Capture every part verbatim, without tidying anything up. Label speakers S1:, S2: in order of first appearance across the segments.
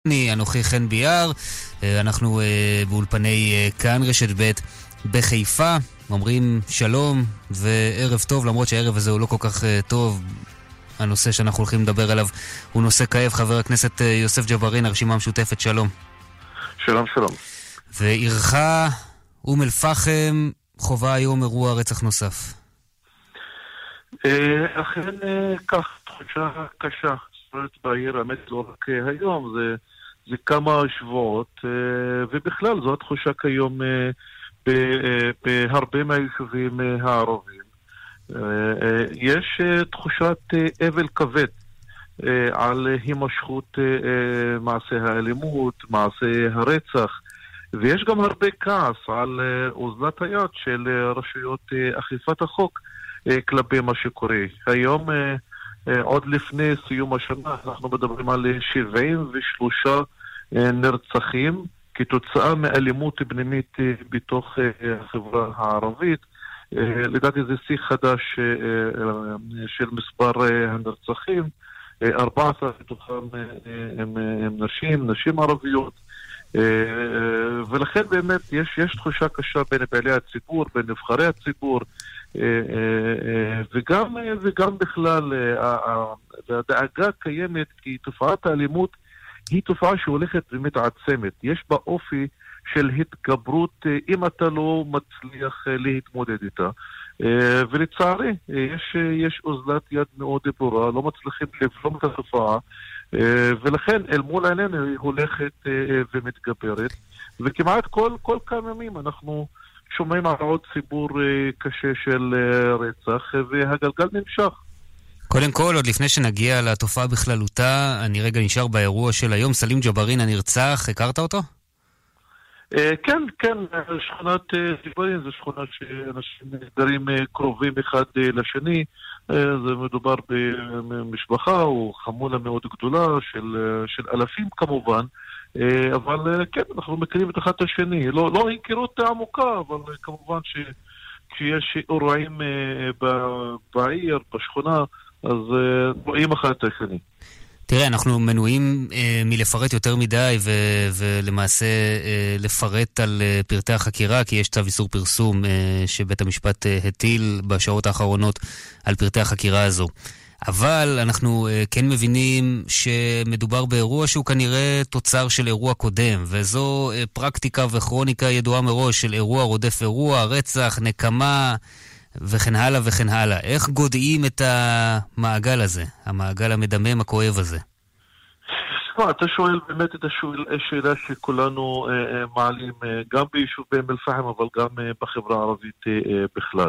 S1: אני אנוכי חן ביאר, אנחנו באולפני כאן רשת ב' בחיפה, אומרים שלום וערב טוב, למרות שהערב הזה הוא לא כל כך טוב. הנושא שאנחנו הולכים לדבר עליו הוא נושא כאב. חבר הכנסת יוסף ג'בארין, הרשימה המשותפת, שלום.
S2: שלום שלום.
S1: ועירך אום אל פחם חובה היום אירוע רצח נוסף.
S2: אכן כך, תחושה קשה בעיר, האמת לא רק היום, זה, זה כמה שבועות, ובכלל זו התחושה כיום בהרבה מהיישובים הערבים. יש תחושת אבל כבד על הימשכות מעשי האלימות, מעשי הרצח, ויש גם הרבה כעס על אוזלת היד של רשויות אכיפת החוק כלפי מה שקורה. היום עוד לפני סיום השנה אנחנו מדברים על שבעים ושלושה נרצחים כתוצאה מאלימות פנימית בתוך החברה הערבית. לדעתי זה שיא חדש של מספר הנרצחים, ארבע עשרה מתוכם הם, הם נשים, נשים ערביות, ולכן באמת יש, יש תחושה קשה בין פעילי הציבור, בין נבחרי הציבור, וגם, וגם בכלל הדאגה קיימת, כי תופעת האלימות היא תופעה שהולכת ומתעצמת. יש בה אופי של התגברות אם אתה לא מצליח להתמודד איתה. ולצערי, יש, יש אוזלת יד מאוד ברורה, לא מצליחים לבלום את התופעה, ולכן אל מול עינינו היא הולכת ומתגברת, וכמעט כל, כל כמה ימים אנחנו שומעים על עוד סיפור קשה של רצח, והגלגל נמשך.
S1: קודם כל, עוד לפני שנגיע לתופעה בכללותה, אני רגע נשאר באירוע של היום. סלים ג'בארין הנרצח, הכרת אותו?
S2: כן, כן, שכונת ג'בארין זו שכונה שאנשים גרים קרובים אחד לשני. זה מדובר במשפחה או חמולה מאוד גדולה של, של אלפים כמובן, אבל כן, אנחנו מכירים את אחד השני. לא, לא היכרות עמוקה, אבל כמובן שכשיש אירועים בעיר, בשכונה, אז רואים אחד את השני.
S1: תראה, אנחנו מנועים אה, מלפרט יותר מדי ו- ולמעשה אה, לפרט על אה, פרטי החקירה, כי יש צו איסור פרסום אה, שבית המשפט אה, הטיל בשעות האחרונות על פרטי החקירה הזו. אבל אנחנו אה, כן מבינים שמדובר באירוע שהוא כנראה תוצר של אירוע קודם, וזו אה, פרקטיקה וכרוניקה ידועה מראש של אירוע רודף אירוע, רצח, נקמה וכן הלאה וכן הלאה. איך גודעים את המעגל הזה, המעגל המדמם, הכואב הזה?
S2: אתה שואל באמת את השאלה שכולנו מעלים, גם ביישוב באום אל פחם, אבל גם בחברה הערבית בכלל.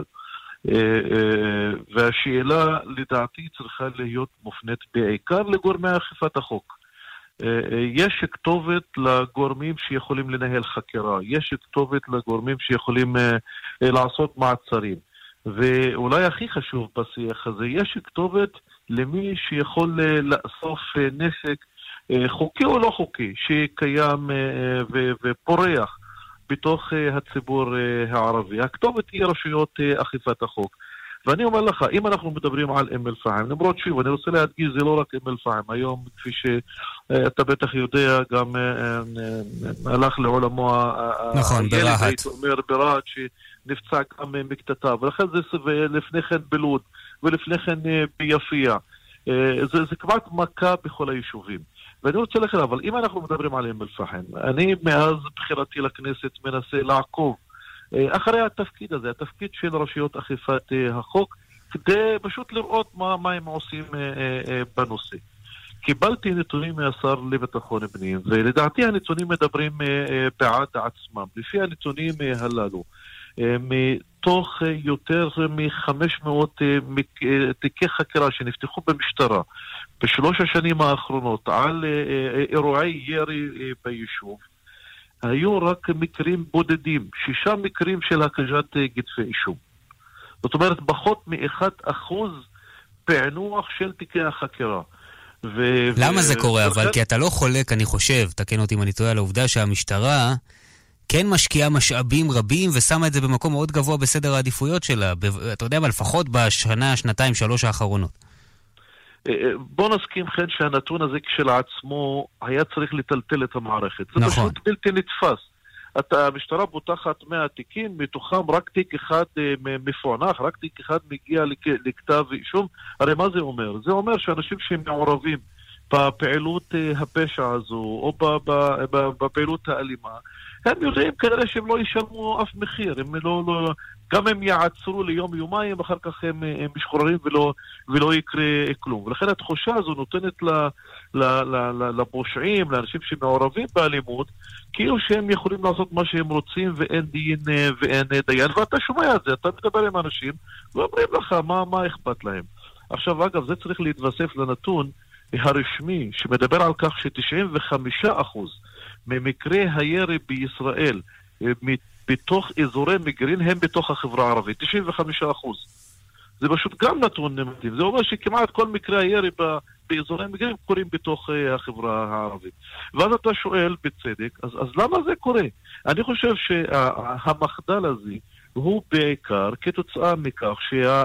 S2: והשאלה לדעתי צריכה להיות מופנית בעיקר לגורמי אכיפת החוק. יש כתובת לגורמים שיכולים לנהל חקירה, יש כתובת לגורמים שיכולים לעשות מעצרים. ואולי הכי חשוב בשיח הזה, יש כתובת למי שיכול לאסוף נשק חוקי או לא חוקי שקיים ופורח בתוך הציבור הערבי. הכתובת היא רשויות אכיפת החוק. ואני אומר לך, אם אנחנו מדברים על אום אל פחם, למרות שוב, אני רוצה להדגיש, זה לא רק אום אל פחם. היום, כפי שאתה בטח יודע, גם הלך לעולמו
S1: נכון, ברהט.
S2: הייתי אומר ברהט, שנפצע גם מקטטה, ולכן זה לפני כן בלוד, ולפני כן ביפיע. זה, זה כמעט מכה בכל היישובים. ואני רוצה לכם, אבל אם אנחנו מדברים על אום אל פחם, אני מאז בחירתי לכנסת מנסה לעקוב אחרי התפקיד הזה, התפקיד של רשויות אכיפת החוק, כדי פשוט לראות מה, מה הם עושים בנושא. קיבלתי נתונים מהשר לביטחון פנים, ולדעתי הנתונים מדברים בעד עצמם. לפי הנתונים הללו, מתוך יותר מ-חמש מאות תיקי חקירה שנפתחו במשטרה בשלוש השנים האחרונות על אירועי ירי ביישוב, היו רק מקרים בודדים, שישה מקרים של הקשת כתבי אישום. זאת אומרת, פחות מאחד אחוז פענוח של תיקי החקירה. ו-
S1: למה
S2: ו-
S1: זה קורה?
S2: ולכן...
S1: אבל כי אתה לא חולק, אני חושב, תקן אותי אם אני טועה, על העובדה שהמשטרה כן משקיעה משאבים רבים ושמה את זה במקום מאוד גבוה בסדר העדיפויות שלה. ב- אתה יודע, אבל לפחות בשנה, שנתיים, שלוש האחרונות.
S2: בוא נסכים כן שהנתון הזה כשלעצמו היה צריך לטלטל את המערכת. זה
S1: נכון.
S2: פשוט בלתי נתפס. המשטרה פותחת מאה תיקים, מתוכם רק תיק אחד מפוענח, רק תיק אחד מגיע לכתב אישום. הרי מה זה אומר? זה אומר שאנשים שמעורבים בפעילות הפשע הזו, או בפעילות האלימה, הם יודעים כנראה שהם לא ישלמו אף מחיר, הם לא, לא, גם הם יעצרו ליום יומיים, אחר כך הם, הם משחררים ולא, ולא יקרה כלום. ולכן התחושה הזו נותנת ל, ל, ל, ל, לפושעים, לאנשים שמעורבים באלימות, כאילו שהם יכולים לעשות מה שהם רוצים ואין דין ואין דיין, ואתה שומע את זה, אתה מדבר עם אנשים ואומרים לך מה, מה אכפת להם. עכשיו אגב, זה צריך להתווסף לנתון הרשמי שמדבר על כך ש-תשעים וחמישה אחוז ממקרי הירי בישראל בתוך אזורי מגרין הם בתוך החברה הערבית, תשעים וחמישה אחוז. זה פשוט גם נתון נמדים. זה אומר שכמעט כל מקרי הירי באזורי מגרין קורים בתוך החברה הערבית. ואז אתה שואל בצדק, אז, אז למה זה קורה? אני חושב שהמחדל הזה הוא בעיקר כתוצאה מכך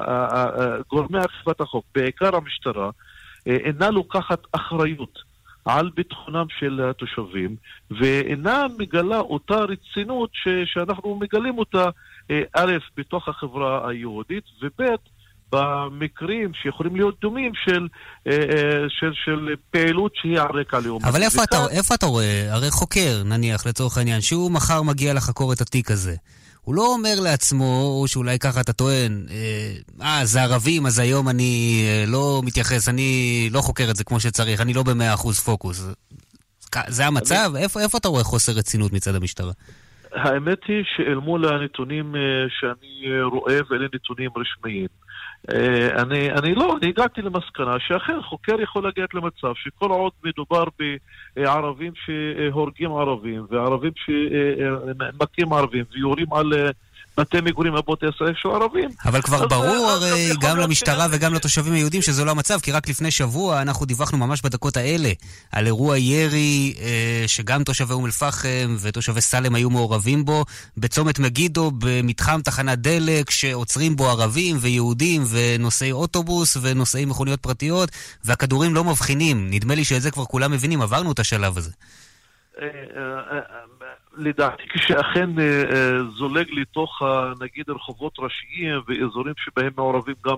S2: שגורמי אכיפת החוק, בעיקר המשטרה, אינה לוקחת אחריות על ביטחונם של התושבים, ואינה מגלה אותה רצינות ש- שאנחנו מגלים אותה, א', בתוך החברה היהודית, וב', במקרים שיכולים להיות דומים של, של, של פעילות שהיא על רקע לאומי.
S1: אבל איפה, וכאן... אתה, איפה אתה רואה? הרי חוקר, נניח, לצורך העניין, שהוא מחר מגיע לחקור את התיק הזה. הוא לא אומר לעצמו, או שאולי ככה אתה טוען, אה, זה ערבים, אז היום אני לא מתייחס, אני לא חוקר את זה כמו שצריך, אני לא במאה אחוז פוקוס. זה המצב? אני... איפה, איפה אתה רואה חוסר רצינות מצד המשטרה?
S2: האמת היא שאל מול הנתונים שאני רואה, ואלה נתונים רשמיים. אני, אני לא, אני הגעתי למסקנה שאכן חוקר יכול להגיע למצב שכל עוד מדובר בערבים שהורגים ערבים וערבים שמכים ערבים ויורים על בתי מגורים בבתי עשרה של ערבים.
S1: אבל כבר ברור הרי גם למשטרה וגם לתושבים היהודים שזה לא המצב, כי רק לפני שבוע אנחנו דיווחנו ממש בדקות האלה על אירוע ירי שגם תושבי אום אל-פחם ותושבי סלם היו מעורבים בו, בצומת מגידו, במתחם תחנת דלק שעוצרים בו ערבים ויהודים ונוסעי אוטובוס ונוסעי מכוניות פרטיות, והכדורים לא מבחינים. נדמה לי שאת זה כבר כולם מבינים, עברנו את השלב הזה.
S2: לדעתי כשאכן זולג לתוך נגיד רחובות ראשיים ואזורים שבהם מעורבים גם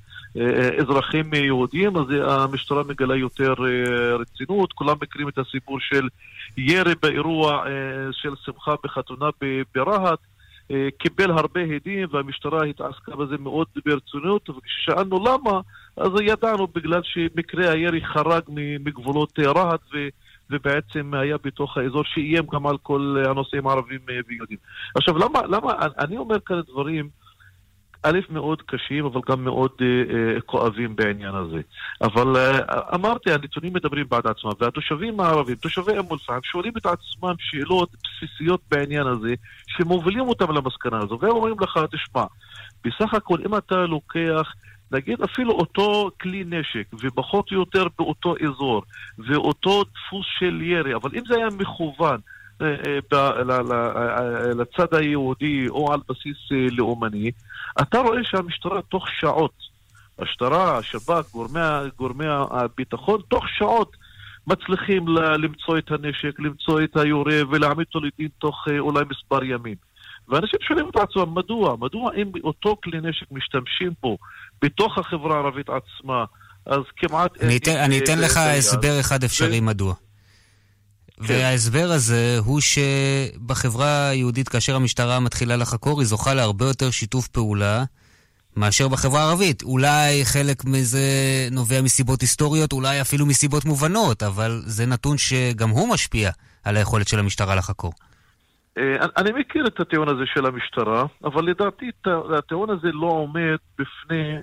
S2: אזרחים יהודים, אז המשטרה מגלה יותר רצינות. כולם מכירים את הסיפור של ירי באירוע של שמחה בחתונה ברהט, קיבל הרבה הדים והמשטרה התעסקה בזה מאוד ברצינות, וכששאלנו למה, אז ידענו בגלל שמקרה הירי חרג מגבולות רהט ו ובעצם היה בתוך האזור שאיים גם על כל הנושאים הערבים ויהודים. עכשיו, למה, למה, אני אומר כאן דברים, א', מאוד קשים, אבל גם מאוד אה, כואבים בעניין הזה. אבל אה, אמרתי, הנתונים מדברים בעד עצמם, והתושבים הערבים, תושבי אום אל-פחם, שואלים את עצמם שאלות בסיסיות בעניין הזה, שמובילים אותם למסקנה הזו, והם אומרים לך, תשמע, בסך הכל, אם אתה לוקח נגיד אפילו אותו כלי נשק, ופחות או יותר באותו אזור, ואותו דפוס של ירי, אבל אם זה היה מכוון אה, אה, ל, ל, אה, לצד היהודי או על בסיס אה, לאומני, אתה רואה שהמשטרה תוך שעות, המשטרה, השב"כ, גורמי, גורמי הביטחון, תוך שעות מצליחים ל, למצוא את הנשק, למצוא את היורה ולהעמיד אותו לדין תוך אה, אולי מספר ימים. ואנשים שואלים את עצמם, מדוע? מדוע אם אותו כלי נשק משתמשים בו בתוך החברה הערבית עצמה, אז כמעט...
S1: אני אתן, אני אתן לך הסבר אחד אפשרי מדוע. וההסבר הזה הוא שבחברה היהודית, כאשר המשטרה מתחילה לחקור, היא זוכה להרבה יותר שיתוף פעולה מאשר בחברה הערבית. אולי חלק מזה נובע מסיבות היסטוריות, אולי אפילו מסיבות מובנות, אבל זה נתון שגם הוא משפיע על היכולת של המשטרה לחקור.
S2: אני מכיר את הטיעון הזה של המשטרה, אבל לדעתי הטיעון הזה לא עומד בפני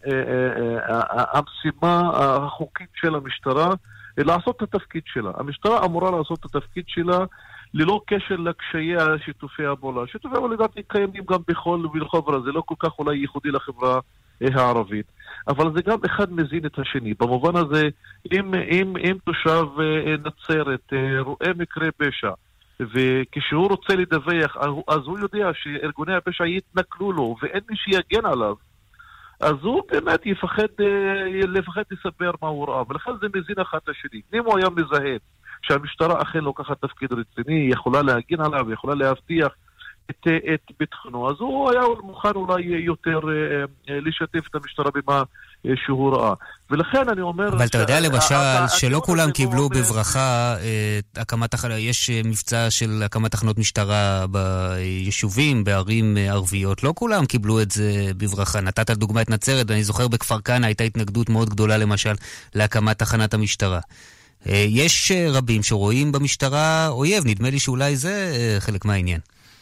S2: המשימה החוקית של המשטרה לעשות את התפקיד שלה. המשטרה אמורה לעשות את התפקיד שלה ללא קשר לקשיי שיתופי הפעולה. שיתופי הפעולה לדעתי קיימים גם בכל חברה, זה לא כל כך אולי ייחודי לחברה הערבית. אבל זה גם אחד מזין את השני. במובן הזה, אם, אם, אם תושב נצרת רואה מקרה פשע, וכשהוא רוצה לדווח, אז הוא יודע שארגוני הפשע יתנכלו לו, ואין מי שיגן עליו, אז הוא באמת יפחד, לפחד לספר מה הוא ראה, ולכן זה מזין אחד השני. אם הוא היה מזהה שהמשטרה אכן לוקחת תפקיד רציני, יכולה להגין עליו, יכולה להבטיח את, את ביטחונו, אז הוא היה מוכן אולי יותר לשתף את המשטרה במה שהוא ראה. ולכן אני אומר...
S1: אבל אתה יודע למשל שלא כולם קיבלו בברכה הקמת, יש מבצע של הקמת תחנות משטרה ביישובים, בערים ערביות, לא כולם קיבלו את זה בברכה. נתת על דוגמה את נצרת, אני זוכר בכפר כנא הייתה התנגדות מאוד גדולה למשל להקמת תחנת המשטרה. יש רבים שרואים במשטרה אויב, נדמה לי שאולי זה חלק מהעניין.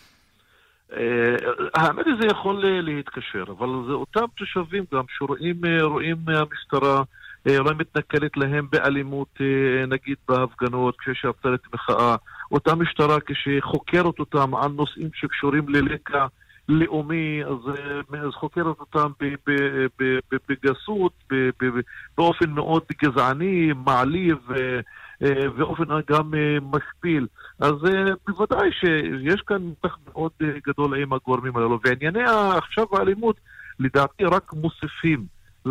S2: האמת היא זה יכול להתקשר, אבל זה אותם תושבים גם שרואים רואים המשטרה, אולי מתנכלת להם באלימות, נגיד בהפגנות, כשיש עצרת מחאה, אותה משטרה כשחוקרת אותם על נושאים שקשורים ללקע לאומי, אז, אז חוקרת אותם בגסות, באופן מאוד גזעני, מעליב, ואופן גם משפיל. אז בוודאי שיש כאן מתח מאוד גדול עם הגורמים האלו, וענייני עכשיו האלימות לדעתי רק מוסיפים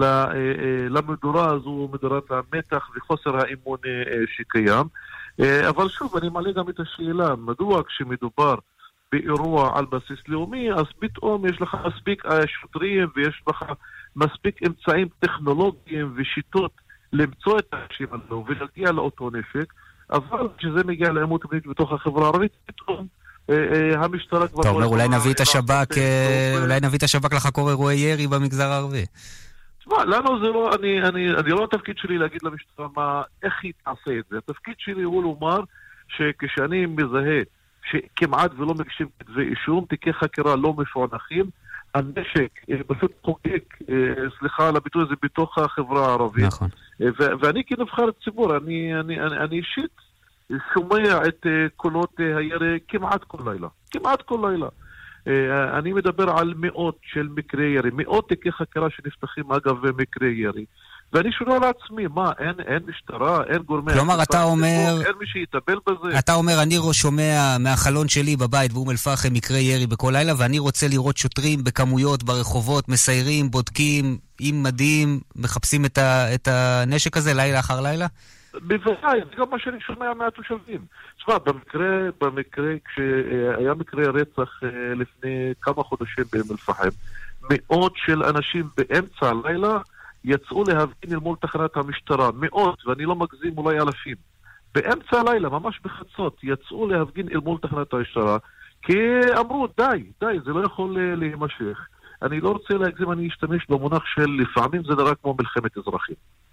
S2: למדורה הזו, מדורת המתח וחוסר האמון שקיים. אבל שוב, אני מעלה גם את השאלה, מדוע כשמדובר באירוע על בסיס לאומי, אז פתאום יש לך מספיק שוטרים ויש לך מספיק אמצעים טכנולוגיים ושיטות למצוא את האנשים האלו ולהגיע לאותו נשק, אבל כשזה מגיע לעימות פנימי בתוך החברה הערבית, פתאום המשטרה כבר...
S1: אתה אומר, אולי נביא את השב"כ, אולי נביא את השב"כ לחקור אירועי ירי במגזר הערבי.
S2: תשמע, לנו זה לא, אני, אני, אני לא התפקיד שלי להגיד למשטרה מה, איך היא תעשה את זה. התפקיד שלי הוא לומר שכשאני מזהה שכמעט ולא מגישים כתבי אישום, תיקי חקירה לא מפוענחים, הנשק פשוט חוגג, סליחה על הביטוי הזה, בתוך החברה הערבית. נכון. ואני כנבחר ציבור, אני, אני, אני, אני אישית שומע את קולות הירי כמעט כל לילה. כמעט כל לילה. אני מדבר על מאות של מקרי ירי, מאות תיקי חקירה שנפתחים אגב מקרי ירי. ואני שואל לעצמי, מה, אין, אין משטרה, אין גורמי...
S1: כלומר, אתה אומר...
S2: אין מי שיטפל בזה.
S1: אתה אומר, אני שומע מהחלון שלי בבית באום אל-פחם מקרי ירי בכל לילה, ואני רוצה לראות שוטרים בכמויות ברחובות, מסיירים, בודקים, עם מדים, מחפשים את, ה, את הנשק הזה לילה אחר לילה?
S2: בוודאי, זה גם מה שאני שומע מהתושבים. תשמע, במקרה, במקרה, כשהיה מקרה רצח לפני כמה חודשים באום אל-פחם, מאות של אנשים באמצע הלילה, יצאו להפגין אל מול תחנת המשטרה, מאות, ואני לא מגזים, אולי אלפים. באמצע הלילה, ממש בחצות, יצאו להפגין אל מול תחנת המשטרה, כי אמרו, די, די, זה לא יכול להימשך. אני לא רוצה להגזים, אני אשתמש במונח של לפעמים זה נראה כמו מלחמת אזרחים.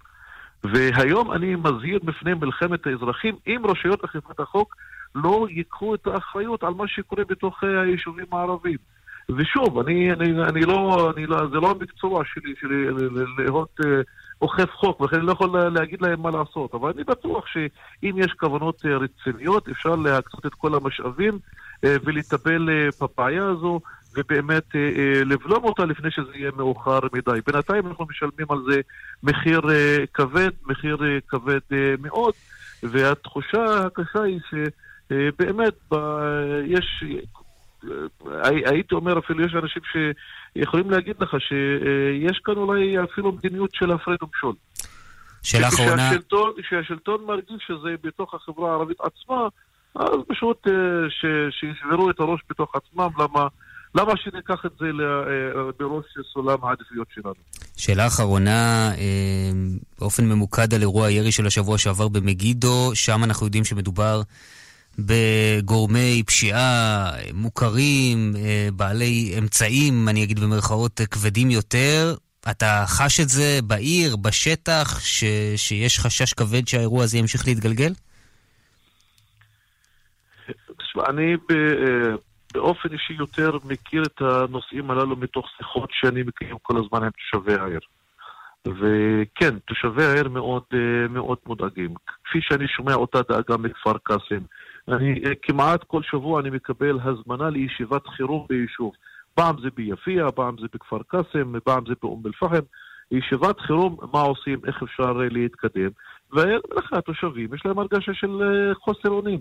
S2: והיום אני מזהיר בפני מלחמת האזרחים, אם רשויות אכיפת החוק לא ייקחו את האחריות על מה שקורה בתוך היישובים הערביים. ושוב, אני, אני, אני לא, אני לא, זה לא המקצוע שלי, שלי להיות אוכף חוק, וכן אני לא יכול להגיד להם מה לעשות, אבל אני בטוח שאם יש כוונות רציניות, אפשר להקצות את כל המשאבים ולטפל בבעיה הזו, ובאמת לבלום אותה לפני שזה יהיה מאוחר מדי. בינתיים אנחנו משלמים על זה מחיר כבד, מחיר כבד מאוד, והתחושה הקשה היא שבאמת יש... הייתי אומר אפילו יש אנשים שיכולים להגיד לך שיש כאן אולי אפילו מדיניות של הפרד ומשול.
S1: שאלה אחרונה.
S2: כשהשלטון מרגיש שזה בתוך החברה הערבית עצמה, אז פשוט שישברו את הראש בתוך עצמם, למה, למה שניקח את זה בראש סולם העדיפויות שלנו.
S1: שאלה אחרונה, באופן ממוקד על אירוע הירי של השבוע שעבר במגידו, שם אנחנו יודעים שמדובר בגורמי פשיעה מוכרים, בעלי אמצעים, אני אגיד במרכאות כבדים יותר. אתה חש את זה בעיר, בשטח, ש... שיש חשש כבד שהאירוע הזה ימשיך להתגלגל?
S2: אני באופן אישי יותר מכיר את הנושאים הללו מתוך שיחות שאני מקיים כל הזמן עם תושבי העיר. וכן, תושבי העיר מאוד, מאוד מודאגים. כפי שאני שומע אותה דאגה מכפר קאסם, אני, כמעט כל שבוע אני מקבל הזמנה לישיבת חירום ביישוב. פעם זה ביפיע, פעם זה בכפר קאסם, פעם זה באום אל-פחם. ישיבת חירום, מה עושים, איך אפשר להתקדם. ולכן התושבים, יש להם הרגשה של חוסר אונים.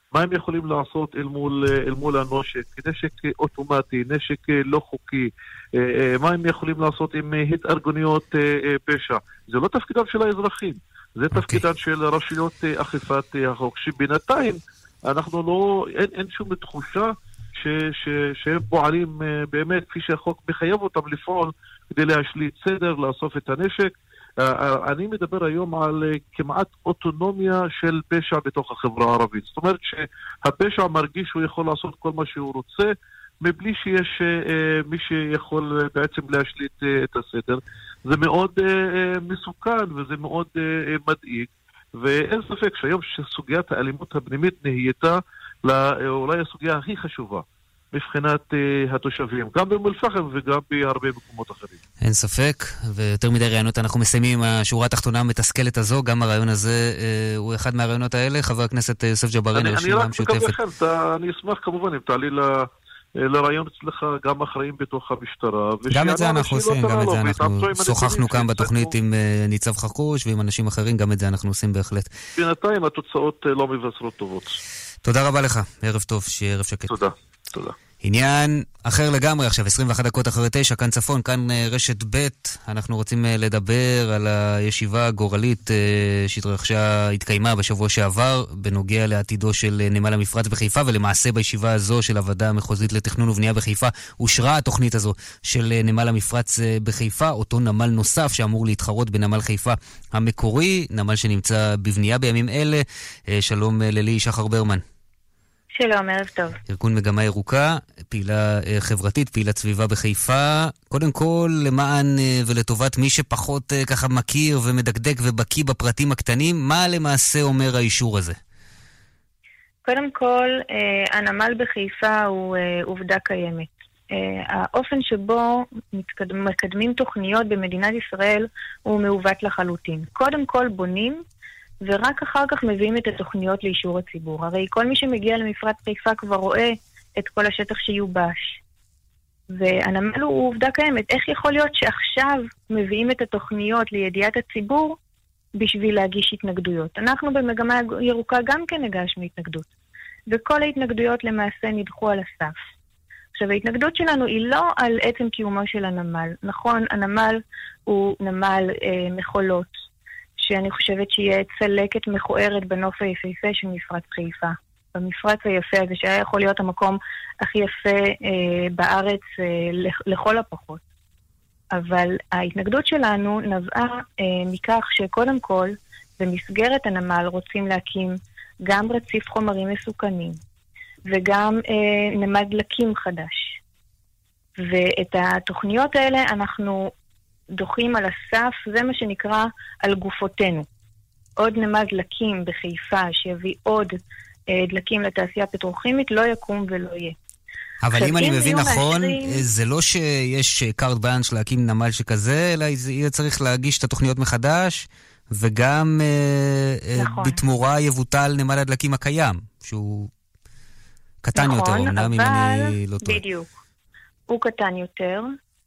S2: מה הם יכולים לעשות אל מול, אל מול הנשק, נשק אוטומטי, נשק לא חוקי, מה הם יכולים לעשות עם התארגנויות פשע. זה לא תפקידם של האזרחים, זה okay. תפקידן של רשויות אכיפת החוק, שבינתיים אנחנו לא, אין, אין שום תחושה ש, ש, שהם פועלים באמת כפי שהחוק מחייב אותם לפעול כדי להשליט סדר, לאסוף את הנשק. אני מדבר היום על כמעט אוטונומיה של פשע בתוך החברה הערבית. זאת אומרת שהפשע מרגיש שהוא יכול לעשות כל מה שהוא רוצה, מבלי שיש מי שיכול בעצם להשליט את הסדר. זה מאוד מסוכן וזה מאוד מדאיג, ואין ספק שהיום שסוגיית האלימות הפנימית נהייתה אולי הסוגיה הכי חשובה מבחינת uh, התושבים, גם באום אל-פחם וגם בהרבה מקומות אחרים.
S1: אין ספק, ויותר מדי רעיונות אנחנו מסיימים עם השורה התחתונה המתסכלת הזו, גם הרעיון הזה uh, הוא אחד מהרעיונות האלה. חבר הכנסת יוסף ג'בארין, הרשימה המשותפת.
S2: אני רק מקווה לכם, אני אשמח כמובן אם תעלי ל... לרעיון אצלך גם אחראים בתוך המשטרה.
S1: גם את זה אנחנו עושים, גם את זה אנחנו שוחחנו כאן בתוכנית עם ניצב חכרוש ועם אנשים אחרים, גם את זה אנחנו עושים בהחלט.
S2: בינתיים התוצאות לא מבשרות טובות.
S1: תודה רבה לך, ערב טוב, שיהיה ערב שקט.
S2: תודה, תודה.
S1: עניין אחר לגמרי עכשיו, עשרים ואחת דקות אחרי תשע, כאן צפון, כאן רשת ב', אנחנו רוצים לדבר על הישיבה הגורלית שהתרחשה, התקיימה בשבוע שעבר, בנוגע לעתידו של נמל המפרץ בחיפה, ולמעשה בישיבה הזו של הוועדה המחוזית לתכנון ובנייה בחיפה, אושרה התוכנית הזו של נמל המפרץ בחיפה, אותו נמל נוסף שאמור להתחרות בנמל חיפה המקורי, נמל שנמצא בבנייה בימים אלה. שלום ללי שחר ברמן.
S3: שלום, ערב טוב.
S1: ארגון מגמה ירוקה, פעילה חברתית, פעילת סביבה בחיפה. קודם כל, למען ולטובת מי שפחות ככה מכיר ומדקדק ובקיא בפרטים הקטנים, מה למעשה אומר האישור הזה?
S3: קודם כל, הנמל בחיפה הוא עובדה קיימת. האופן שבו מקדמים תוכניות במדינת ישראל הוא מעוות לחלוטין. קודם כל בונים, ורק אחר כך מביאים את התוכניות לאישור הציבור. הרי כל מי שמגיע למפרץ חיפה כבר רואה את כל השטח שיובש. והנמל הוא עובדה קיימת. איך יכול להיות שעכשיו מביאים את התוכניות לידיעת הציבור בשביל להגיש התנגדויות? אנחנו במגמה ירוקה גם כן הגשנו התנגדות. וכל ההתנגדויות למעשה נדחו על הסף. עכשיו, ההתנגדות שלנו היא לא על עצם קיומו של הנמל. נכון, הנמל הוא נמל אה, מחולות. שאני חושבת שיהיה צלקת מכוערת בנוף היפהפה של מפרץ חיפה. במפרץ היפה הזה שהיה יכול להיות המקום הכי יפה אה, בארץ אה, לכל הפחות. אבל ההתנגדות שלנו נבעה אה, מכך שקודם כל במסגרת הנמל רוצים להקים גם רציף חומרים מסוכנים וגם אה, נמל דלקים חדש. ואת התוכניות האלה אנחנו דוחים על הסף, זה מה שנקרא על גופותינו. עוד נמל דלקים בחיפה שיביא עוד אה, דלקים לתעשייה פטרוכימית לא יקום ולא יהיה.
S1: אבל אם אני מבין נכון, זה לא שיש קארט בלאנש להקים נמל שכזה, אלא יהיה צריך להגיש את התוכניות מחדש, וגם נכון. בתמורה יבוטל נמל הדלקים הקיים, שהוא קטן
S3: נכון,
S1: יותר, אומנם אם אני לא טועה.
S3: בדיוק. הוא קטן יותר,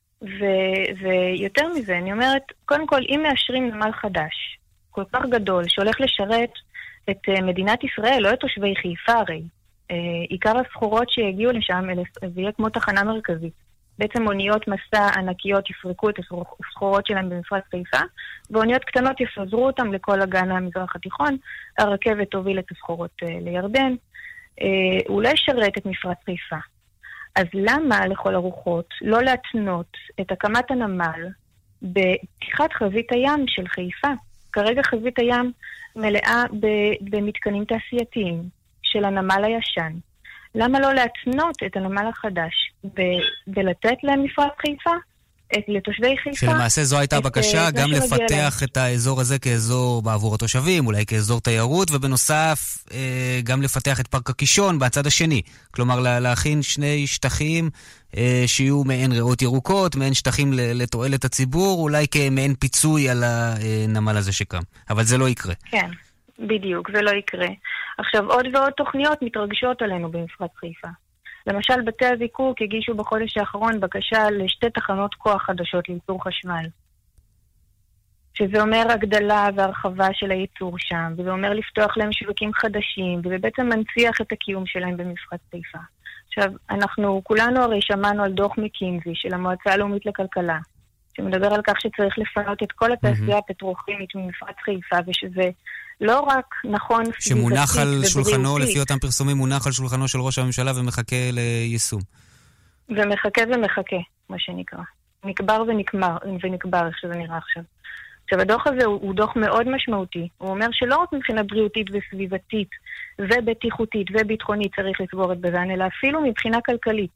S3: ו- ויותר מזה, אני אומרת, קודם כל, אם מאשרים נמל חדש, כל כך גדול, שהולך לשרת את uh, מדינת ישראל, לא את תושבי חיפה הרי, uh, עיקר הסחורות שהגיעו לשם, זה יהיה כמו תחנה מרכזית. בעצם אוניות מסע ענקיות יפרקו את הסחורות שלהם במפרץ חיפה, ואוניות קטנות יפזרו אותם לכל הגן המזרח התיכון, הרכבת תוביל את הסחורות uh, לירדן, uh, הוא לא ישרת את מפרץ חיפה. אז למה לכל הרוחות לא להתנות את הקמת הנמל בפתיחת חזית הים של חיפה? כרגע חזית הים מלאה במתקנים תעשייתיים של הנמל הישן. למה לא להתנות את הנמל החדש ולתת להם מפרץ חיפה, את, לתושבי חיפה?
S1: שלמעשה זו הייתה בקשה, גם לפתח את האזור הזה כאזור בעבור התושבים, אולי כאזור תיירות, ובנוסף גם לפתח את פארק הקישון בצד השני. כלומר, להכין שני שטחים שיהיו מעין ריאות ירוקות, מעין שטחים לתועלת הציבור, אולי כמעין פיצוי על הנמל הזה שקם. אבל זה לא יקרה.
S3: כן, בדיוק, זה לא יקרה. עכשיו, עוד ועוד תוכניות מתרגשות עלינו במפרץ חיפה. למשל, בתי הזיקוק הגישו בחודש האחרון בקשה לשתי תחנות כוח חדשות לייצור חשמל. שזה אומר הגדלה והרחבה של הייצור שם, וזה אומר לפתוח להם שווקים חדשים, וזה בעצם מנציח את הקיום שלהם במפרץ חיפה. עכשיו, אנחנו כולנו הרי שמענו על דוח מקינזי של המועצה הלאומית לכלכלה, שמדבר על כך שצריך לפנות את כל התעשייה הפטרוכימית ממפרץ חיפה, ושזה לא רק נכון
S1: שמונח על שולחנו, לפי אותם פרסומים, מונח על שולחנו של ראש הממשלה ומחכה ליישום.
S3: ומחכה ומחכה, מה שנקרא. נקבר ונקמר, ונקבר, איך שזה נראה עכשיו. עכשיו, הדוח הזה הוא, הוא דוח מאוד משמעותי. הוא אומר שלא רק מבחינה בריאותית וסביבתית ובטיחותית וביטחונית צריך לסגור את בזן, אלא אפילו מבחינה כלכלית.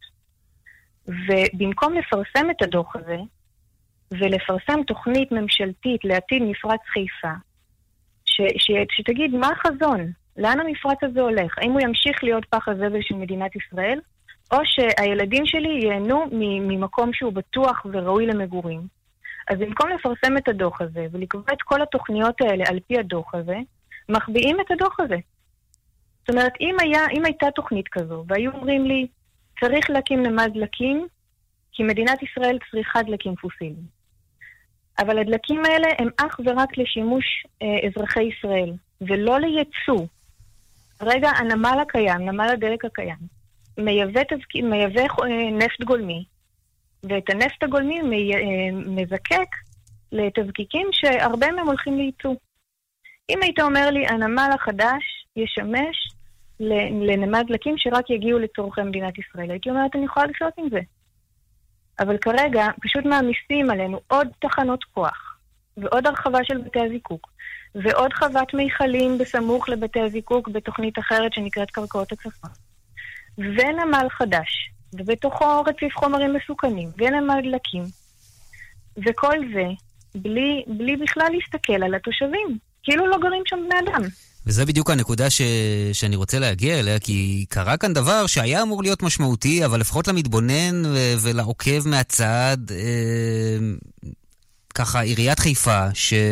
S3: ובמקום לפרסם את הדוח הזה, ולפרסם תוכנית ממשלתית לעתיד מפרץ חיפה, ש, ש, שתגיד מה החזון, לאן המפרץ הזה הולך, האם הוא ימשיך להיות פח הזבל של מדינת ישראל, או שהילדים שלי ייהנו ממקום שהוא בטוח וראוי למגורים. אז במקום לפרסם את הדוח הזה ולקבוע את כל התוכניות האלה על פי הדוח הזה, מחביאים את הדוח הזה. זאת אומרת, אם, היה, אם הייתה תוכנית כזו, והיו אומרים לי, צריך להקים נמל דלקים, כי מדינת ישראל צריכה דלקים פוסיליים. אבל הדלקים האלה הם אך ורק לשימוש אה, אזרחי ישראל, ולא לייצוא. רגע, הנמל הקיים, נמל הדלק הקיים, מייבא, תזק... מייבא אה, נפט גולמי, ואת הנפט הגולמי מי... אה, מזקק לתזקיקים שהרבה מהם הולכים לייצוא. אם היית אומר לי, הנמל החדש ישמש לנמל דלקים שרק יגיעו לצורכי מדינת ישראל, הייתי אומרת, אני יכולה לחיות עם זה. אבל כרגע פשוט מעמיסים עלינו עוד תחנות כוח, ועוד הרחבה של בתי הזיקוק, ועוד חוות מיכלים בסמוך לבתי הזיקוק בתוכנית אחרת שנקראת קרקעות הצפון. ונמל חדש, ובתוכו רציף חומרים מסוכנים, ונמל דלקים. וכל זה בלי, בלי בכלל להסתכל על התושבים. כאילו לא גרים שם בני אדם.
S1: וזה בדיוק הנקודה ש... שאני רוצה להגיע אליה, כי קרה כאן דבר שהיה אמור להיות משמעותי, אבל לפחות למתבונן ו... ולעוקב מהצד, אה... ככה עיריית חיפה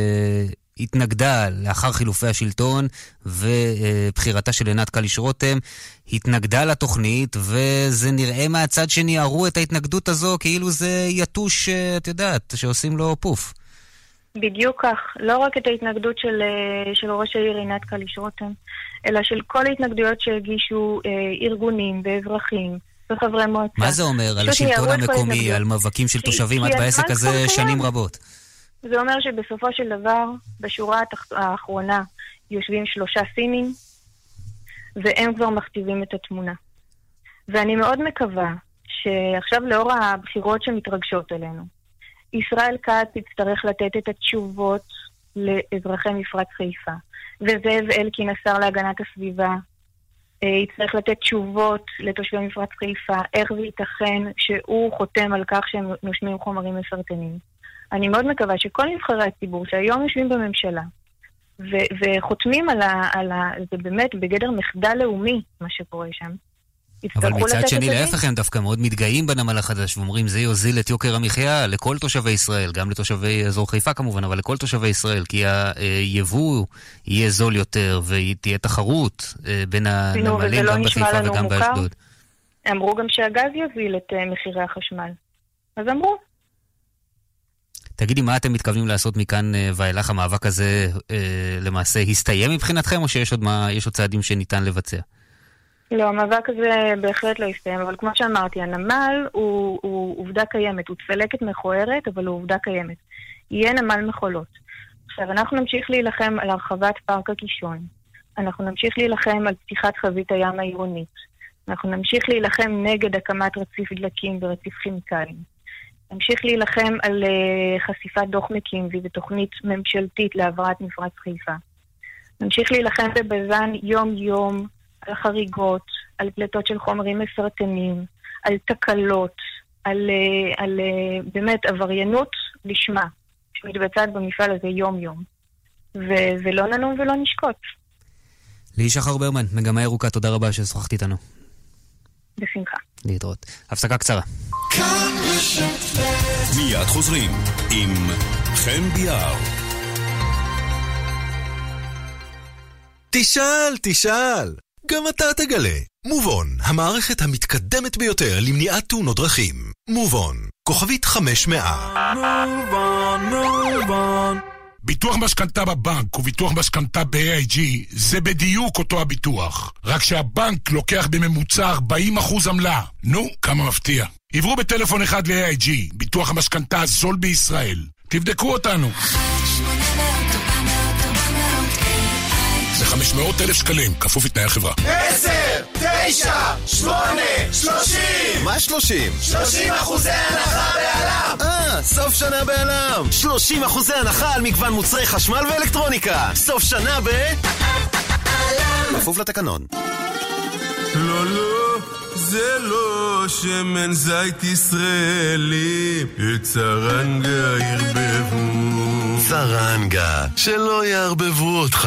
S1: שהתנגדה לאחר חילופי השלטון ובחירתה של עינת קליש רותם, התנגדה לתוכנית, וזה נראה מהצד שניערו את ההתנגדות הזו כאילו זה יתוש, את יודעת, שעושים לו פוף.
S3: בדיוק כך, לא רק את ההתנגדות של, של ראש העיר עינת קליש רותם, אלא של כל ההתנגדויות שהגישו אה, ארגונים ואזרחים וחברי מועצה.
S1: מה זה אומר על השלטון המקומי, על מאבקים של תושבים עד בעסק הזה שנים רבות?
S3: זה אומר שבסופו של דבר, בשורה האחרונה, יושבים שלושה סינים, והם כבר מכתיבים את התמונה. ואני מאוד מקווה שעכשיו לאור הבחירות שמתרגשות עלינו, ישראל כץ יצטרך לתת את התשובות לאזרחי מפרץ חיפה. וזאב אלקין, השר להגנת הסביבה, יצטרך לתת תשובות לתושבי מפרץ חיפה, איך זה ייתכן שהוא חותם על כך שהם נושמים חומרים מסרטנים. אני מאוד מקווה שכל נבחרי הציבור שהיום יושבים בממשלה, ו- וחותמים על ה... על ה... זה באמת בגדר מחדל לאומי, מה שקורה שם.
S1: אבל מצד שני, להפך הם דווקא מאוד מתגאים בנמל החדש, ואומרים, זה יוזיל את יוקר המחיה לכל תושבי ישראל, גם לתושבי אזור חיפה כמובן, אבל לכל תושבי ישראל, כי היבוא יהיה זול יותר, ותהיה תחרות בין הנמלים גם בחיפה וגם באשדוד.
S3: אמרו גם שהגז יוזיל את מחירי החשמל. אז אמרו.
S1: תגידי, מה אתם מתכוונים לעשות מכאן ואילך? המאבק הזה למעשה הסתיים מבחינתכם, או שיש עוד, מה, יש עוד צעדים שניתן לבצע?
S3: לא, המאבק הזה בהחלט לא יסתיים, אבל כמו שאמרתי, הנמל הוא, הוא עובדה קיימת, הוא צלקת מכוערת, אבל הוא עובדה קיימת. יהיה נמל מחולות. עכשיו, אנחנו נמשיך להילחם על הרחבת פארק הקישון. אנחנו נמשיך להילחם על פתיחת חזית הים העירונית. אנחנו נמשיך להילחם נגד הקמת רציף דלקים ורציף כימיקלים. נמשיך להילחם על uh, חשיפת דוח מקינזי ותוכנית ממשלתית להעברת מפרץ חיפה. נמשיך להילחם בבזן יום-יום, על חריגות, על פלטות של חומרים מסרטנים, על תקלות, על, על באמת עבריינות לשמה, שמתבצעת במפעל הזה יום-יום. ו- ולא ננום ולא נשקוט.
S1: לי שחר ברמן, מגמה ירוקה, תודה רבה ששוחחת איתנו.
S3: בשמחה.
S1: להתראות. הפסקה קצרה.
S4: מיד חוזרים עם חן ביאר.
S5: תשאל, תשאל. גם אתה תגלה. מובון, המערכת המתקדמת ביותר למניעת תאונות דרכים. מובון, כוכבית חמש מאות. מובון, מובון.
S6: ביטוח משכנתה בבנק וביטוח משכנתה ב-איי איי ג'י זה בדיוק אותו הביטוח. רק שהבנק לוקח בממוצע ארבעים אחוז עמלה. נו, כמה מפתיע. עברו בטלפון אחד ל-איי איי ג'י, ביטוח המשכנתה הזול בישראל. תבדקו אותנו. זה חמש מאות אלף שקלים, כפוף לתנאי החברה.
S7: עשר, תשע, שמונה, שלושים.
S5: מה שלושים?
S7: שלושים אחוזי הנחה בעלם.
S5: אה, סוף שנה בעלם. שלושים אחוזי הנחה על מגוון מוצרי חשמל ואלקטרוניקה. סוף שנה ב... עלם. כפוף לתקנון.
S8: לא, לא, זה לא שמן זית ישראלי. את צרנגה ירבבו.
S5: צרנגה, שלא יערבבו אותך.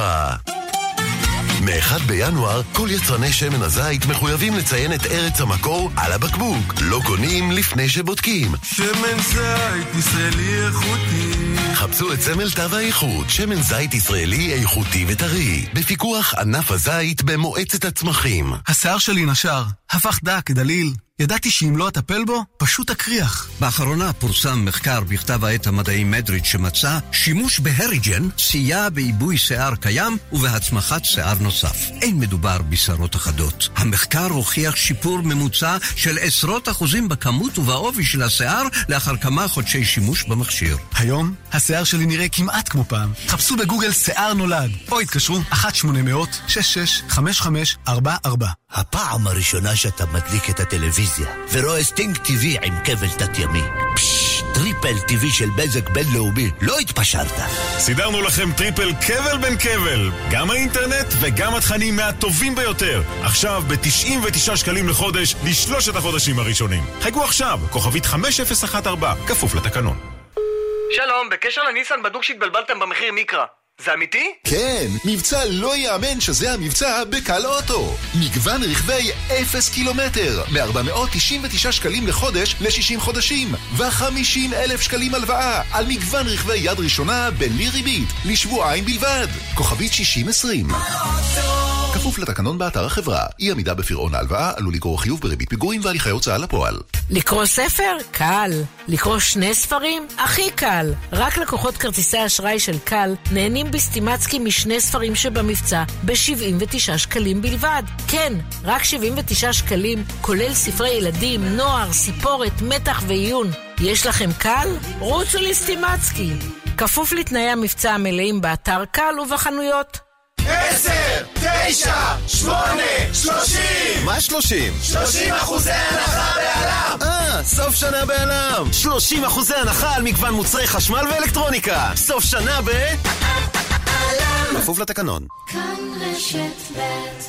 S5: מאחד בינואר, כל יצרני שמן הזית מחויבים לציין את ארץ המקור על הבקבוק. לא קונים לפני שבודקים.
S8: שמן זית ישראלי איכותי.
S5: חפשו את סמל תו האיכות, שמן זית ישראלי איכותי וטרי. בפיקוח ענף הזית במועצת הצמחים.
S9: השיער שלי נשר, הפך דק, דליל. ידעתי שאם לא אטפל בו, פשוט אקריח.
S10: באחרונה פורסם מחקר בכתב העת המדעי מדריד שמצא שימוש בהריג'ן סייע בעיבוי שיער קיים ובהצמחת שיער נוסף. אין מדובר בשערות אחדות. המחקר הוכיח שיפור ממוצע של עשרות אחוזים בכמות ובעובי של השיער לאחר כמה חודשי שימוש במכשיר.
S9: היום השיער שלי נראה כמעט כמו פעם. חפשו בגוגל שיער נולד או התקשרו אחת שמונה אפס אפס שש שש חמש חמש ארבע ארבע.
S11: הפעם הראשונה שאתה מדליק את הטלוויזיה ורואה סטינג טיווי עם כבל תת-ימי. פשש, טריפל טיווי של בזק בינלאומי, לא התפשרת.
S12: סידרנו לכם טריפל כבל בין כבל. גם האינטרנט וגם התכנים מהטובים ביותר. עכשיו ב-תשעים ותשעה שקלים לחודש לשלושת החודשים הראשונים. חייגו עכשיו, כוכבית חמש אפס אחת ארבע, כפוף לתקנון.
S13: שלום, בקשר לניסן בדוק שהתבלבלתם במחיר מיקרה. זה אמיתי?
S5: כן, מבצע לא יאמן שזה המבצע בקל אוטו. מגוון רכבי אפס קילומטר, מ-ארבע מאות תשעים ותשעה שקלים לחודש ל-שישים חודשים, ו-חמישים אלף שקלים הלוואה על מגוון רכבי יד ראשונה בלי ריבית, לשבועיים בלבד. כוכבית שישים עשרים. כפוף לתקנון באתר החברה. אי עמידה בפירעון ההלוואה עלול לגרור חיוב בריבית פיגורים והליכי הוצאה לפועל.
S14: לקרוא ספר? קל. לקרוא שני ספרים? הכי קל. רק לקוחות כרטיסי אשראי של קל נהנים בסטימצקי משני ספרים שבמבצע ב-שבעים ותשעה שקלים בלבד. כן, רק שבעים ותשעה שקלים, כולל ספרי ילדים, נוער, סיפורת, מתח ועיון. יש לכם קל? רוצו לסטימצקי. כפוף לתנאי המבצע המלאים באתר קל ובחנויות.
S7: עשר, תשע, שמונה, שלושים.
S5: מה שלושים?
S7: שלושים אחוזי הנחה בעלם.
S5: אה, סוף שנה בעלם. שלושים אחוזי הנחה על מגוון מוצרי חשמל ואלקטרוניקה. סוף שנה ב... עלם. כפוף לתקנון.
S15: כאן רשת ב'.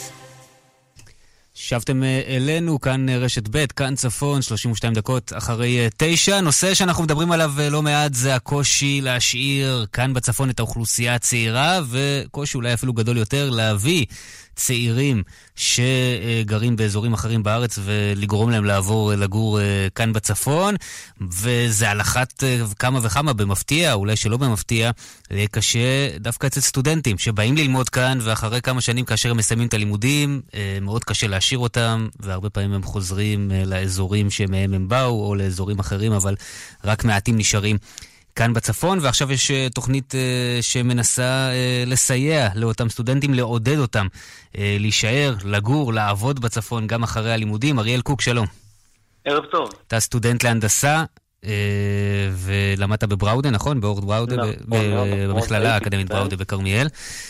S1: שבתם אלינו, כאן רשת ב', כאן צפון, שלושים ושתיים דקות אחרי תשע. נושא שאנחנו מדברים עליו לא מעט זה הקושי להשאיר כאן בצפון את האוכלוסייה הצעירה, וקושי אולי אפילו גדול יותר להביא צעירים שגרים באזורים אחרים בארץ ולגרום להם לעבור לגור כאן בצפון, וזה על אחת כמה וכמה במפתיע, אולי שלא במפתיע, קשה דווקא אצל סטודנטים שבאים ללמוד כאן, ואחרי כמה שנים כאשר הם מסיימים את הלימודים, מאוד קשה להשאיר אותם, והרבה פעמים הם חוזרים לאזורים שמהם הם באו, או לאזורים אחרים, אבל רק מעטים נשארים כאן בצפון. ועכשיו יש תוכנית שמנסה לסייע לאותם סטודנטים, לעודד אותם להישאר, לגור, לעבוד בצפון גם אחרי הלימודים. אריאל קוק, שלום.
S16: ערב טוב.
S1: אתה סטודנט להנדסה ולמדת בבראודה, נכון? באורד בראודה, במכללה האקדמית בראודה בכרמיאל.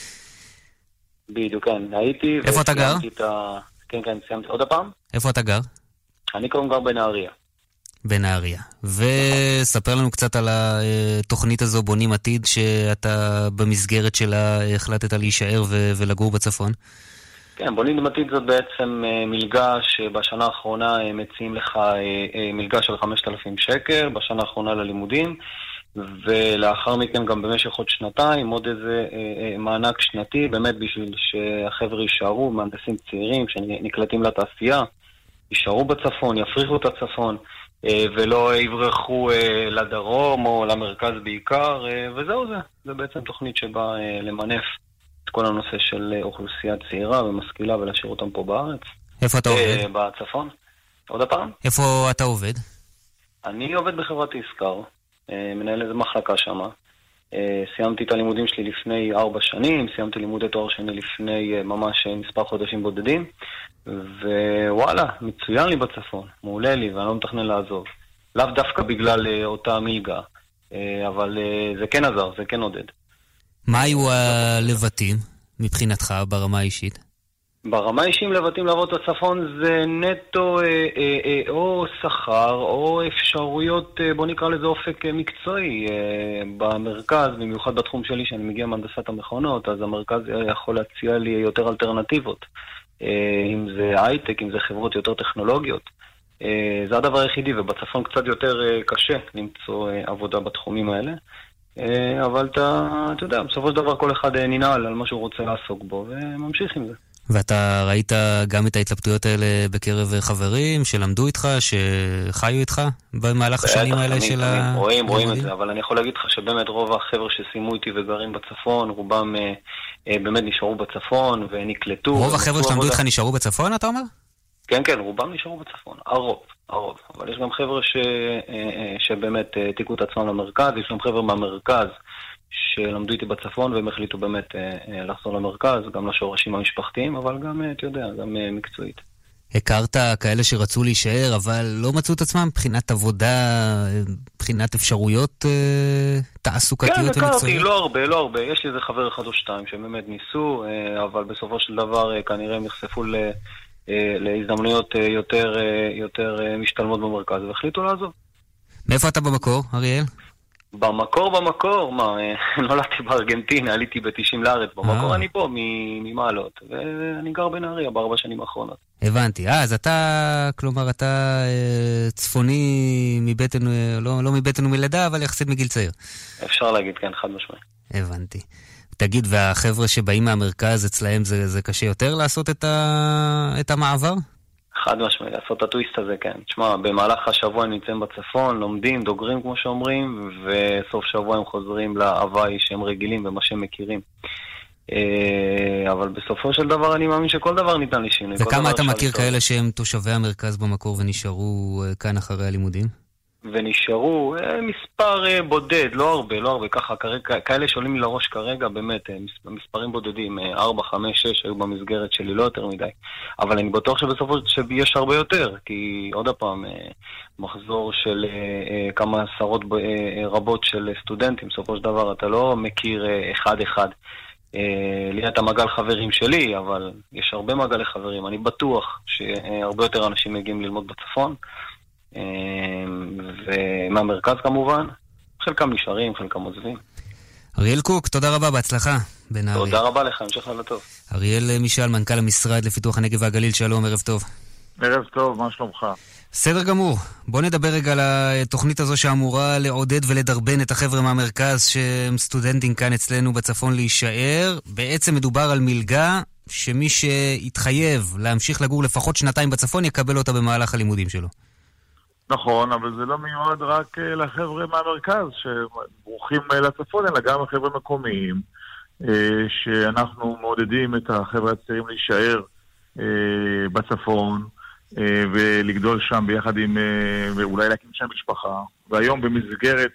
S16: בדיוק, כן, הייתי.
S1: איפה אתה גר?
S16: כן, כן, סיימתי עוד הפעם.
S1: איפה אתה גר?
S16: אני קודם גר בנהריה.
S1: בנהריה. וספר לנו קצת על התוכנית הזו, בונים עתיד, שאתה במסגרת שלה החלטת להישאר ולגור בצפון.
S16: כן, בונים עתיד זאת בעצם מלגה שבשנה האחרונה מציעים לך מלגה של חמשת אלפים שקל, בשנה האחרונה ללימודים, ולאחר מכן גם במשך עוד שנתיים, עוד איזה מענק שנתי, באמת בשביל שהחבר'ה יישארו, מהנדסים צעירים שנקלטים לתעשייה, יישארו בצפון, יפריחו את הצפון, ולא יברחו לדרום או למרכז בעיקר, וזהו זה. זה בעצם תוכנית שבאה למנף את כל הנושא של אוכלוסייה צעירה ומשכילה ולהשאיר אותם פה בארץ.
S1: איפה אתה עובד?
S16: בצפון. עוד הפעם?
S1: איפה אתה עובד?
S16: אני עובד בחברת איסקר, מנהל איזה מחלקה שמה. סיימתי את הלימודים שלי לפני ארבע שנים, סיימתי לימודי תואר שני לפני ממש מספר חודשים בודדים, ווואלה, מצוין לי בצפון, מעולה לי, ואני לא מתכנן לעזוב. לאו דווקא בגלל אותה מלגה, אבל זה כן עזר, זה כן עודד.
S1: מה היו הלבטים מבחינתך ברמה האישית?
S16: ברמה האישית לבטים לעבוד בצפון זה נטו אה, אה, אה, או שכר או אפשרויות, אה, בוא נקרא לזה אופק אה, מקצועי. אה, במרכז, במיוחד בתחום שלי שאני מגיע מהנדסת המכונות, אז המרכז יכול להציע לי יותר אלטרנטיבות. אה, אם זה הייטק, אם זה חברות יותר טכנולוגיות. אה, זה הדבר היחידי, ובצפון קצת יותר אה, קשה למצוא אה, עבודה בתחומים האלה. אה, אבל אתה, אתה יודע, בסופו של דבר כל אחד אה, ננעל על מה שהוא רוצה לעסוק בו וממשיך עם זה.
S1: ואתה ראית גם את ההתלבטויות האלה בקרב חברים שלמדו איתך, שחיו איתך במהלך השנים האלה של ה...
S16: רואים, רואים את זה, אבל אני יכול להגיד לך שבאמת רוב החבר'ה שסיימו איתי וגרים בצפון, רובם באמת נשארו בצפון ונקלטו.
S1: רוב החבר'ה שלמדו איתך נשארו בצפון, אתה אומר?
S16: כן, כן, רובם נשארו בצפון, הרוב, הרוב. אבל יש גם חבר'ה שבאמת תיקו את עצמם למרכז, יש גם חבר'ה מהמרכז, שלמדו איתי בצפון והם החליטו באמת אה, לחזור למרכז, גם לשורשים המשפחתיים, אבל גם, אה, אתה יודע, גם אה, מקצועית.
S1: הכרת כאלה שרצו להישאר, אבל לא מצאו את עצמם מבחינת עבודה, מבחינת אפשרויות אה, תעסוקתיות
S16: ומקצועיות? כן, הכרתי,
S1: ומצויות?
S16: לא הרבה, לא הרבה. יש לי איזה חבר אחד או שתיים שבאמת ניסו, אה, אבל בסופו של דבר אה, כנראה הם נחשפו ל, אה, להזדמנויות אה, יותר, אה, יותר אה, משתלמות במרכז, והחליטו לעזוב. מאיפה
S1: אתה במקור, אריאל?
S16: במקור, במקור, מה, נולדתי בארגנטינה, עליתי ב-תשעים לארץ, במקור אני פה, ממעלות, ואני גר בנהריה בארבע שנים האחרונות.
S1: הבנתי, אז אתה, כלומר, אתה צפוני מבטן, לא, לא מבטן ומלידה, אבל יחסית מגיל צעיר.
S16: אפשר להגיד, כן, חד משמעי.
S1: הבנתי. תגיד, והחבר'ה שבאים מהמרכז אצלהם, זה, זה קשה יותר לעשות את, ה, את המעבר?
S16: חד משמעי, לעשות את הטוויסט הזה, כן. תשמע, במהלך השבוע הם נמצאים בצפון, לומדים, דוגרים כמו שאומרים, וסוף שבוע הם חוזרים להוואי שהם רגילים ומה שהם מכירים. אבל בסופו של דבר אני מאמין שכל דבר ניתן לשינוי.
S1: וכמה אתה מכיר כאלה שהם תושבי המרכז במקור ונשארו כאן אחרי הלימודים?
S16: ונשארו מספר בודד, לא הרבה, לא הרבה, ככה, כאלה שעולים לי לראש כרגע, באמת, מספרים בודדים, ארבע, חמש, שש, היו במסגרת שלי, לא יותר מדי. אבל אני בטוח שבסופו שיש הרבה יותר, כי עוד הפעם, מחזור של כמה עשרות רבות של סטודנטים, בסופו של דבר אתה לא מכיר אחד-אחד. לי את המעגל חברים שלי, אבל יש הרבה מעגלי חברים. אני בטוח שהרבה יותר אנשים מגיעים ללמוד בצפון, ומהמרכז כמובן, חלקם נשארים, חלקם עוזבים.
S1: אריאל קוק, תודה רבה, בהצלחה בנהריה.
S16: תודה רבה לך, המשך לילה טוב.
S1: אריאל מישל, מנכ"ל המשרד לפיתוח הנגב והגליל, שלום, ערב טוב.
S17: ערב טוב, מה שלומך?
S1: בסדר גמור. בוא נדבר רגע על התוכנית הזו שאמורה לעודד ולדרבן את החבר'ה מהמרכז שהם סטודנטים כאן אצלנו בצפון להישאר. בעצם מדובר על מלגה שמי שיתחייב להמשיך לגור לפחות שנתיים בצפון יקבל אותה במהלך הלימודים שלו.
S17: נכון, אבל זה לא מיועד רק לחבר'ה מהמרכז שברוכים לצפון, אלא גם לחבר'ה מקומיים, שאנחנו מעודדים את החבר'ה הצעירים להישאר בצפון, ולגדול שם ביחד עם, ואולי להקים שם משפחה. והיום במסגרת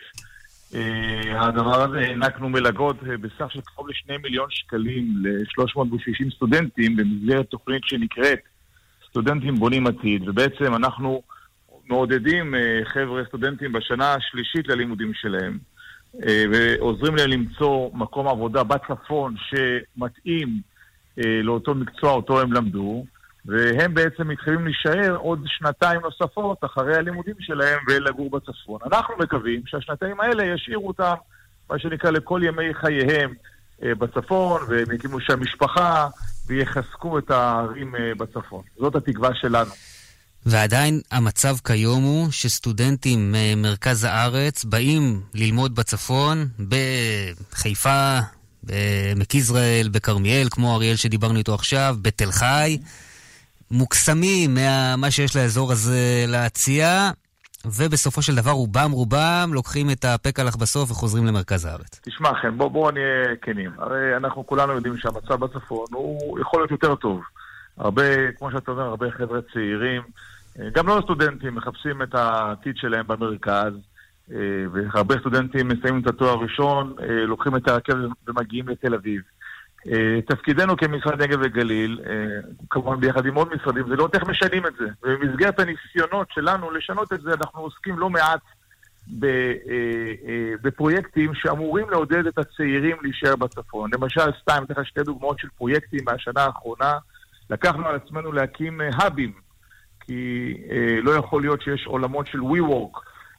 S17: הדבר הזה הענקנו מלגות בסך של קרוב לשני מיליון שקלים ל-שלוש מאות ושישים סטודנטים במסגרת תוכנית שנקראת סטודנטים בונים עתיד, ובעצם אנחנו מעודדים חבר'ה סטודנטים בשנה השלישית ללימודים שלהם, ועוזרים להם למצוא מקום עבודה בצפון שמתאים לאותו מקצוע אותו הם למדו, והם בעצם מתחילים להישאר עוד שנתיים נוספות אחרי הלימודים שלהם ולגור בצפון. אנחנו מקווים שהשנתיים האלה ישאירו אותם, מה שנקרא, לכל ימי חייהם בצפון, והם יקימו שם משפחה ויחזקו את הערים בצפון. זאת התקווה שלנו.
S1: ועדיין המצב כיום הוא שסטודנטים ממרכז הארץ באים ללמוד בצפון, בחיפה, בעמק יזרעאל, בכרמיאל, כמו אריאל שדיברנו איתו עכשיו, בתל חי, מוקסמים מה שיש לאזור הזה להציע, ובסופו של דבר רובם רובם לוקחים את הפקלח בסוף וחוזרים למרכז הארץ.
S17: תשמע, כן, בוא, בוא נהיה כנים. הרי אנחנו כולנו יודעים שהמצב בצפון הוא יכול להיות יותר טוב. הרבה, כמו שאתה אומר, הרבה חבר'ה צעירים, גם לא סטודנטים, מחפשים את העתיד שלהם במרכז, והרבה סטודנטים מסיימים את התואר הראשון, לוקחים את הרכבת ומגיעים לתל אביב. תפקידנו כמשרד נגב וגליל, כמובן ביחד עם עוד משרדים, זה לא איך משנים את זה. ובמסגרת הניסיונות שלנו לשנות את זה, אנחנו עוסקים לא מעט בפרויקטים שאמורים לעודד את הצעירים להישאר בצפון. למשל, סתם, תכף שתי דוגמאות של פרויקטים מהשנה האחרונה, לקחנו על עצמנו להקים האבים, כי לא יכול להיות שיש עולמות של WeWork,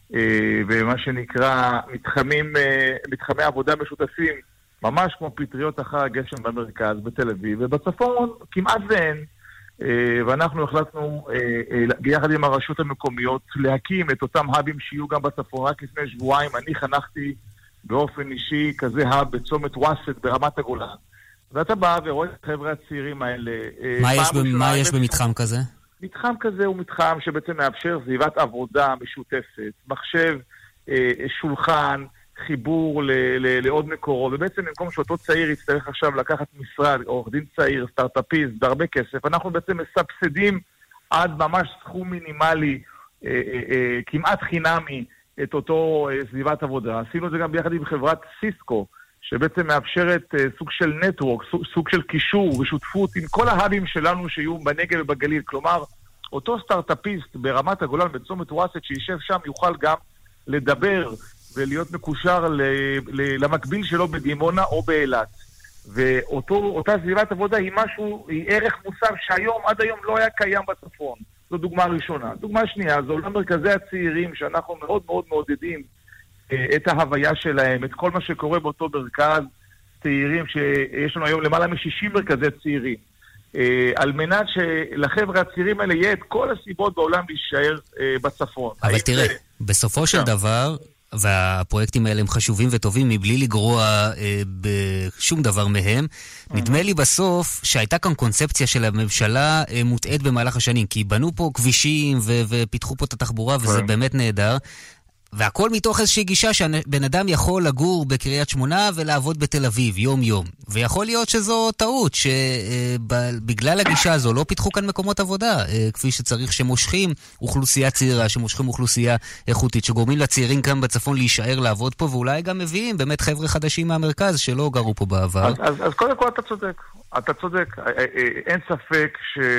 S17: ומה שנקרא מתחמים, מתחמי עבודה משותפים, ממש כמו פטריות אחר הגשם במרכז, בתל אביב, ובצפון כמעט ואין, ואנחנו החלטנו ביחד עם הרשות המקומיות להקים את אותם האבים שיהיו גם בצפון. רק לפני שבועיים אני חנכתי באופן אישי כזה האב בצומת ווסט ברמת הגולן. ואתה בא ורואה את חבר'ה הצעירים האלה.
S1: מה יש, ב- מה יש במתחם כזה?
S17: מתחם כזה הוא מתחם שבעצם מאפשר סביבת עבודה משותפת, מחשב, שולחן, חיבור ל- ל- לעוד מקורות, ובעצם במקום שאותו צעיר יצטרך עכשיו לקחת משרד, עורך דין צעיר, סטארט-אפיסט, בהרבה כסף, אנחנו בעצם מסבסדים עד ממש סכום מינימלי, אה, אה, אה, כמעט חינמי, את אותו אה, סביבת עבודה. עשינו את זה גם ביחד עם חברת סיסקו, שבעצם מאפשרת אה, סוג של נטוורק, סוג, סוג של קישור ושותפות עם כל ההאבים שלנו שיהיו בנגב ובגליל. כלומר, אותו סטארט-אפיסט ברמת הגולן, בצומת ווסט, שישב שם, יוכל גם לדבר ולהיות מקושר ל, ל, למקביל שלו בדימונה או באילת. ואותה סביבת עבודה היא משהו, היא ערך מוסף שהיום, עד היום לא היה קיים בצפון. זו דוגמה ראשונה. דוגמה שנייה, זו עולם מרכזי הצעירים, שאנחנו מאוד מאוד מעודדים את ההוויה שלהם, את כל מה שקורה באותו מרכז צעירים, שיש לנו היום למעלה מ-שישים מרכזי צעירים. על מנת שלחבר'ה הצעירים האלה יהיה את כל הסיבות בעולם להישאר בצפון.
S1: אבל תראה, בסופו של דבר, והפרויקטים האלה הם חשובים וטובים מבלי לגרוע אה, בשום דבר מהם. Mm-hmm. נדמה לי בסוף שהייתה כאן קונספציה של הממשלה אה, מוטעית במהלך השנים, כי בנו פה כבישים ו- ופיתחו פה את התחבורה, וזה okay. באמת נהדר. והכל מתוך איזושהי גישה שבן אדם יכול לגור בקריית שמונה ולעבוד בתל אביב יום יום. ויכול להיות שזו טעות, שבגלל הגישה הזו לא פיתחו כאן מקומות עבודה, כפי שצריך, שמושכים אוכלוסייה צעירה, שמושכים אוכלוסייה איכותית, שגורמים לצעירים כאן בצפון להישאר לעבוד פה, ואולי גם מביאים באמת חבר'ה חדשים מהמרכז שלא גרו פה בעבר.
S17: אז, אז, אז קודם כל אתה צודק. אתה צודק. אין ספק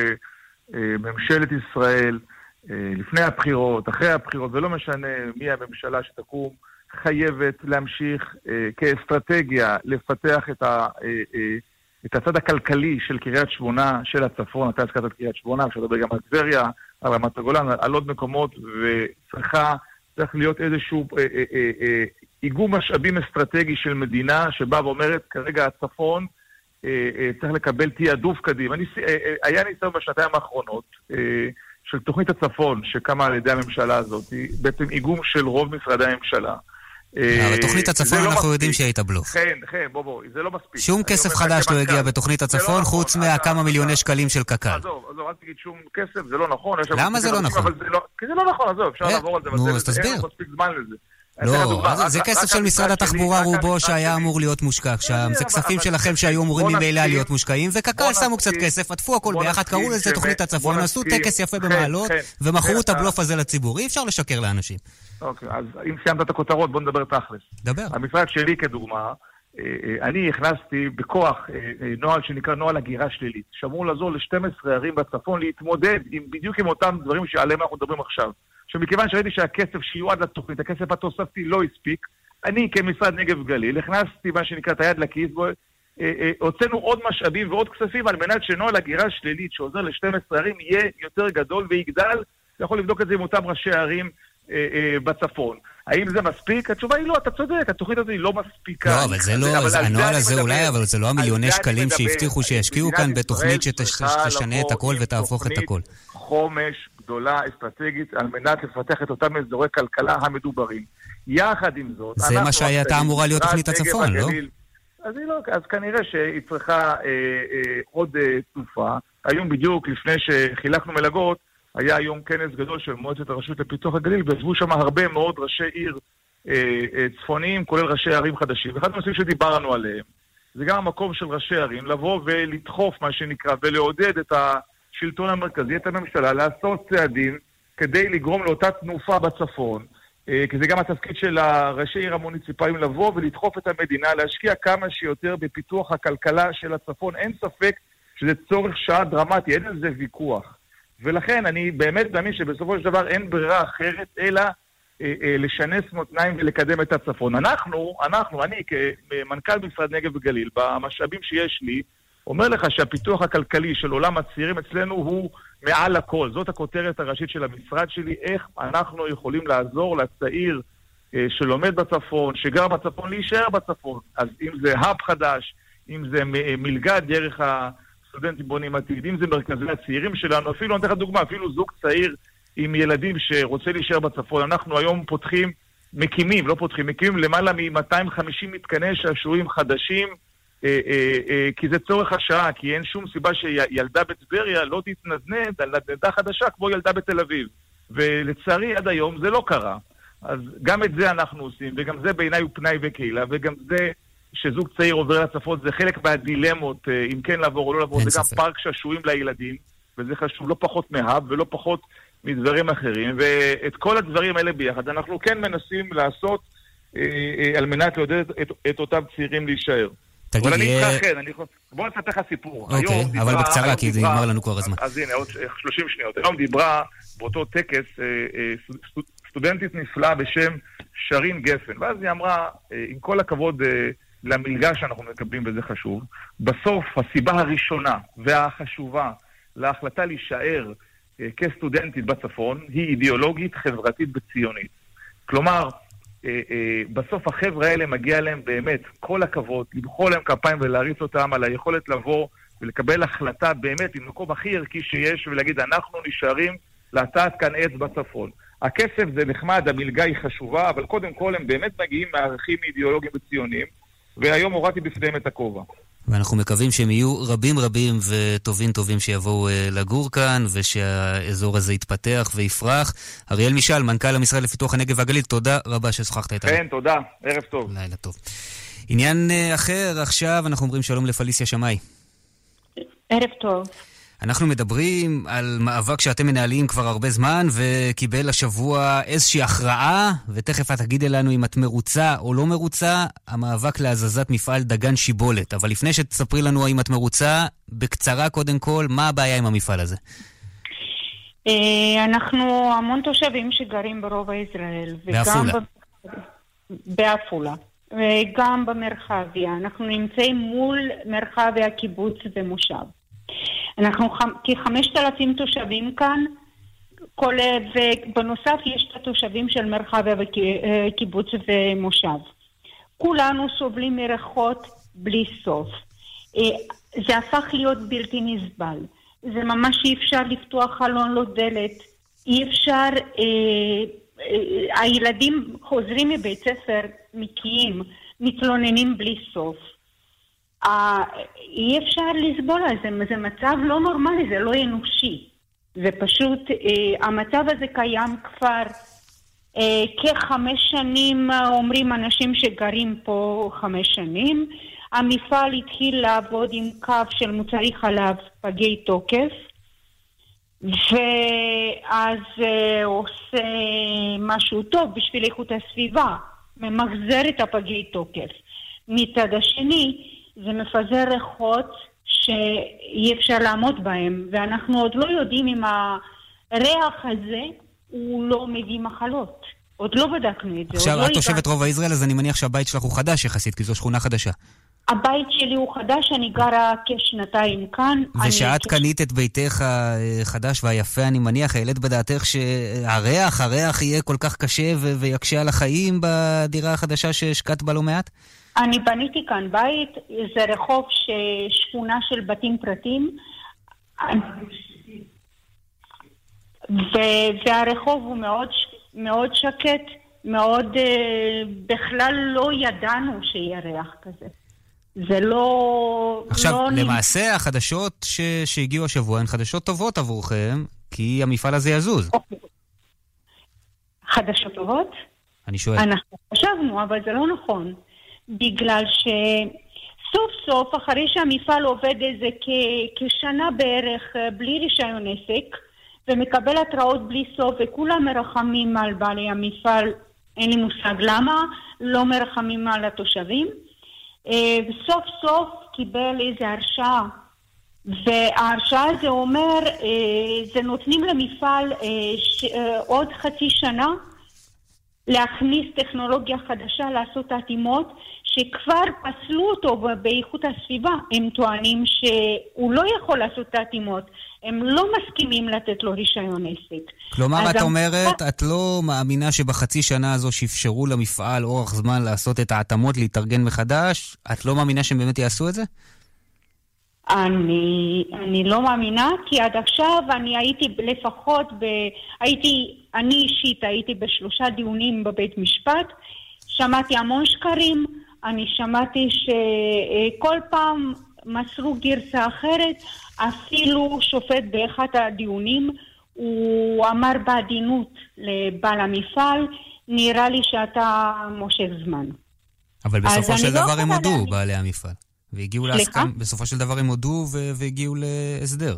S17: שממשלת ישראל לפני הבחירות, אחרי הבחירות, ולא משנה מי הממשלה שתקום, חייבת להמשיך אה, כאסטרטגיה לפתח את, ה, אה, אה, את הצד הכלכלי של קריית שמונה, של הצפון. אתה הזכרת את קריית שמונה, אפשר לדבר גם על טבריה, על רמת הגולן, על, על עוד מקומות, וצריכה, צריך להיות איזשהו אה, אה, אה, אה, איגום משאבים אסטרטגי של מדינה, שבאה ואומרת, כרגע הצפון אה, אה, צריך לקבל תיעדוף קדימה. אני, אה, אה, היה ניסיון בשנתיים האחרונות, אה, של תוכנית הצפון שקמה על ידי הממשלה הזאת, היא בעצם איגום של רוב משרדי הממשלה.
S1: אבל תוכנית הצפון אנחנו יודעים שהיא הייתה בלוף.
S17: כן, כן, בוא בוא, זה לא מספיק.
S1: שום כסף חדש לא הגיע בתוכנית הצפון, חוץ מהכמה מיליוני שקלים של קק"ל.
S17: עזוב, עזוב, אל תגיד שום כסף, זה לא נכון.
S1: למה זה לא נכון?
S17: כי זה לא נכון, עזוב, אפשר לעבור על זה.
S1: נו, אז תסביר.
S17: אין מספיק זמן לזה.
S1: לא, זה כסף של משרד התחבורה רובו שהיה אמור להיות מושקע שם, זה כספים שלכם שהיו אמורים ממילא להיות מושקעים, וקק"ל שמו קצת כסף, עטפו הכל ביחד, קראו לזה תוכנית הצפון, עשו טקס יפה במעלות, ומכרו את הבלוף הזה לציבור. אי אפשר לשקר לאנשים.
S17: אוקיי, אז אם סיימת את הכותרות, בוא נדבר תכלס.
S1: דבר.
S17: המשרד שלי כדוגמה, אני הכנסתי בכוח נוהל שנקרא נוהל הגירה שלילית, שאמור לעזור ל-שתים עשרה ערים בצפון להתמודד בדיוק עם אותם דברים שעליהם אנחנו מדברים עכשיו. שמכיוון שראיתי שהכסף שיועד לתוכנית, הכסף התוספתי לא הספיק, אני כמשרד נגב וגליל הכנסתי מה שנקרא את היד לכיס, הוצאנו עוד משאבים ועוד כספים על מנת שנוהל הגירה שלילית שעוזר ל-שתים עשרה ערים יהיה יותר גדול ויגדל. אתה יכול לבדוק את זה עם אותם ראשי ערים בצפון. האם זה מספיק? התשובה היא לא, אתה צודק, התוכנית הזאת היא לא מספיקה.
S1: לא, אבל זה לא, הנוהל הזה אולי, אבל זה לא המיליוני שקלים שהבטיחו שישקיעו כאן בתוכנית שתשנה את הכל ותהפוך את הכל.
S17: חומש גדולה, אסטרטגית, על מנת לפתח את אותם אזורי כלכלה המדוברים. יחד עם זאת,
S1: זה מה שהייתה אמורה להיות תוכנית הצפון, לא?
S17: אז היא לא, אז כנראה שהיא צריכה עוד תנופה. היום בדיוק, לפני שחילקנו מלגות, היה היום כנס גדול של מועצת הרשות לפיתוח הגליל, וישבו שם הרבה מאוד ראשי עיר אה, אה, צפוניים, כולל ראשי ערים חדשים. ואחד הנושאים שדיברנו עליהם, זה גם המקום של ראשי ערים, לבוא ולדחוף מה שנקרא, ולעודד את השלטון המרכזי, את הממשלה, לעשות צעדים כדי לגרום לאותה תנופה בצפון, כי זה גם התפקיד של הראשי עיר המוניציפליים לבוא ולדחוף את המדינה, להשקיע כמה שיותר בפיתוח הכלכלה של הצפון. אין ספק שזה צורך שעה דרמטי, אין על זה ויכוח. ולכן אני באמת מאמין שבסופו של דבר אין ברירה אחרת, אלא אה, אה, לשנס מותניים ולקדם את הצפון. אנחנו, אנחנו, אני כמנכ"ל משרד נגב וגליל, במשאבים שיש לי, אומר לך שהפיתוח הכלכלי של עולם הצעירים אצלנו הוא מעל הכל. זאת הכותרת הראשית של המשרד שלי, איך אנחנו יכולים לעזור לצעיר אה, שלומד בצפון, שגר בצפון, להישאר בצפון. אז אם זה האב חדש, אם זה מלגה דרך הסטודנטים בונים עתיד, אם זה מרכזי הצעירים שלנו, אפילו, אני אתן לך דוגמה, אפילו זוג צעיר עם ילדים שרוצה להישאר בצפון, אנחנו היום פותחים, מקימים, לא פותחים, מקימים למעלה מ-מאתיים וחמישים מתקני שעשועים חדשים, אה, אה, אה, כי זה צורך השעה, כי אין שום סיבה שילדה בטבריה לא תתנדנד על נדנדה חדשה כמו ילדה בתל אביב. ולצערי עד היום זה לא קרה. אז גם את זה אנחנו עושים, וגם זה בעיניי הוא פנאי וקהילה, וגם זה שזוג צעיר עובר לצפון, זה חלק מהדילמות, אם כן לעבור או לא לעבור, זה גם פארק שעשועים לילדים, וזה חשוב לא פחות מהב ולא פחות מדברים אחרים, ואת כל הדברים האלה ביחד אנחנו כן מנסים לעשות אה, אה, על מנת לעודד את, את אותם צעירים להישאר.
S1: תגיד,
S17: אבל אני
S1: יהיה...
S17: איתך אחר, אני... בוא נספר לך סיפור.
S1: אוקיי, אבל דיברה, בקצרה, כי זה נגמר לנו כבר הזמן.
S17: אז הנה, עוד שלושים שניות. היום דיברה באותו טקס אה, אה, סטוד, סטודנטית נפלאה בשם שרין גפן, ואז היא אמרה, אה, עם כל הכבוד אה, למלגה שאנחנו מקבלים, וזה חשוב, בסוף הסיבה הראשונה והחשובה להחלטה להישאר אה, כסטודנטית בצפון היא אידיאולוגית, חברתית וציונית. כלומר, אה, אה, בסוף החבר'ה האלה מגיע להם באמת כל הכבוד, למחוא להם כפיים ולהריץ אותם על היכולת לבוא ולקבל החלטה באמת עם מקום הכי ערכי שיש ולהגיד אנחנו נשארים להטעת כאן עץ בצפון. הכסף זה נחמד, המלגה היא חשובה, אבל קודם כל הם באמת מגיעים מערכים אידיאולוגיים וציוניים, והיום הורדתי בפניהם את הכובע.
S1: ואנחנו מקווים שהם יהיו רבים רבים וטובים טובים שיבואו לגור כאן, ושהאזור הזה יתפתח ויפרח. אריאל מישל, מנכ"ל המשרד לפיתוח הנגב והגליל, תודה רבה ששוחחת איתנו.
S17: כן, תודה. ערב טוב.
S1: לילה טוב. עניין אחר, עכשיו אנחנו אומרים שלום לפליסיה שמאי.
S18: ערב טוב.
S1: אנחנו מדברים על מאבק שאתם מנהלים כבר הרבה זמן, וקיבל השבוע איזושהי הכרעה, ותכף את תגידי לנו אם את מרוצה או לא מרוצה, המאבק להזזת מפעל דגן שיבולת. אבל לפני שתספרי לנו אם את מרוצה, בקצרה קודם כל, מה הבעיה עם המפעל הזה?
S18: אנחנו המון תושבים שגרים ברובע ישראל.
S1: באפולה.
S18: באפולה. וגם במרחביה. אנחנו נמצאים מול מרחביה, קיבוץ ומושב. אנחנו כ-חמשת אלפים תושבים כאן, כל, ובנוסף יש את התושבים של מרחביה וקיבוץ ומושב. כולנו סובלים מריחות בלי סוף. זה הפך להיות בלתי נסבל. זה ממש אי אפשר לפתוח חלון לא דלת. אי אפשר, אה, אה, הילדים חוזרים מבית ספר מקיים, מתלוננים בלי סוף. אי אפשר לסבול על זה, זה מצב לא נורמלי, זה לא אנושי. ופשוט אה, המצב הזה קיים כבר אה, כחמש שנים, אומרים אנשים שגרים פה חמש שנים. המפעל התחיל לעבוד עם קו של מוצרי חלב פגי תוקף, ואז אה, עושה משהו טוב בשביל איכות הסביבה, ממחזר את הפגי תוקף. מצד השני, זה מפזר ריחות שאי אפשר לעמוד בהם, ואנחנו עוד לא יודעים אם הריח הזה הוא לא מביא מחלות. עוד לא בדקנו את זה.
S1: עכשיו, את תושבת רובע ישראל, אז אני מניח שהבית שלך הוא חדש יחסית, כי זו שכונה חדשה.
S18: הבית שלי הוא חדש, אני גרה כשנתיים כאן.
S1: ושאת קנית את ביתך החדש והיפה, אני מניח, העלית בדעתך שהריח, הריח יהיה כל כך קשה ויקשה על החיים בדירה החדשה שהשקעת בה לא מעט?
S18: אני בניתי כאן בית, זה רחוב שכונה של בתים פרטיים, והרחוב הוא מאוד, מאוד שקט, מאוד, בכלל לא ידענו שיהיה ריח כזה. זה לא...
S1: עכשיו,
S18: לא
S1: למעשה נ... החדשות ש... שהגיעו השבוע הן חדשות טובות עבורכם, כי המפעל הזה יזוז.
S18: חדשות טובות?
S1: אני שואל.
S18: אנחנו חשבנו, אבל זה לא נכון. בגלל שסוף סוף, אחרי שהמפעל עובד איזה כ- כשנה בערך בלי רישיון עסק, ומקבל התראות בלי סוף, וכולם מרחמים על בעלי המפעל אין לי מושג למה, לא מרחמים על התושבים. וסוף סוף קיבל איזו הרשאה, וההרשאה הזה אומר, זה נותנים למפעל עוד חצי שנה להכניס טכנולוגיה חדשה, לעשות התאימות, שכבר פסלו אותו באיכות הסביבה. הם טוענים שהוא לא יכול לעשות התאימות, הם לא מסכימים לתת לו רישיון עסק.
S1: כלומר, את אומרת, את לא מאמינה שבחצי שנה הזו שאפשרו למפעל אורך זמן לעשות את ההתאמות, להתארגן מחדש, את לא מאמינה שהם באמת יעשו את זה?
S18: אני, אני לא מאמינה, כי עד עכשיו אני הייתי לפחות, ב, הייתי, אני אישית הייתי בשלושה דיונים בבית משפט, שמעתי המון שקרים, אני שמעתי שכל פעם מסרו גרסה אחרת, אפילו שופט באחד הדיונים, הוא אמר בעדינות לבעל המפעל, נראה לי שאתה מושך זמן.
S1: אבל בסופו של דבר הם הודו, בעלי המפעל. והגיעו להסכם, בסופו של דבר הם הודו והגיעו להסדר.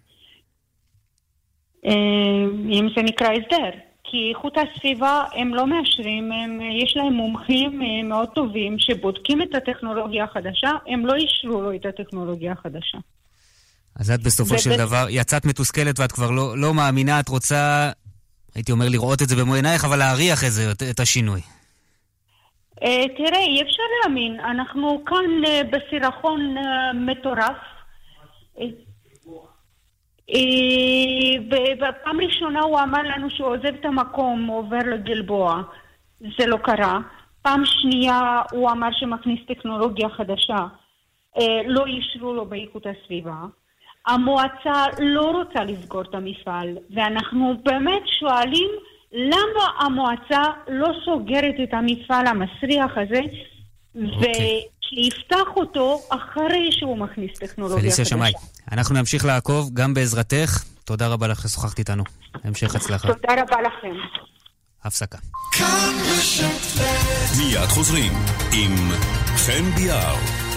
S18: אם זה נקרא הסדר. כי איכות הסביבה הם לא מאשרים, הם, יש להם מומחים מאוד טובים שבודקים את הטכנולוגיה החדשה, הם לא אישרו לו את הטכנולוגיה החדשה.
S1: אז את בסופו של דבר יצאת מתוסכלת ואת כבר לא, לא מאמינה, את רוצה, הייתי אומר לראות את זה במו עינייך, אבל להריח את זה, את השינוי.
S18: תראה, אי אפשר להאמין, אנחנו כאן בסירחון מטורף. בפעם ראשונה הוא אמר לנו שהוא עוזב את המקום, הוא עובר לגלבוע. זה לא קרה. פעם שנייה הוא אמר שמכניס טכנולוגיה חדשה. לא אישרו לו באיכות הסביבה. המועצה לא רוצה לסגור את המפעל, ואנחנו באמת שואלים למה המועצה לא סוגרת את המפעל המסריח הזה, ויפתח אותו אחרי שהוא מכניס טכנולוגיה
S1: פליסיה
S18: חדשה.
S1: שמאי, אנחנו נמשיך לעקוב גם בעזרתך. תודה רבה לך ששוחחת איתנו. המשך הצלחה.
S18: תודה רבה לכם.
S1: הפסקה.
S4: מיד חוזרים עם חן ביאר.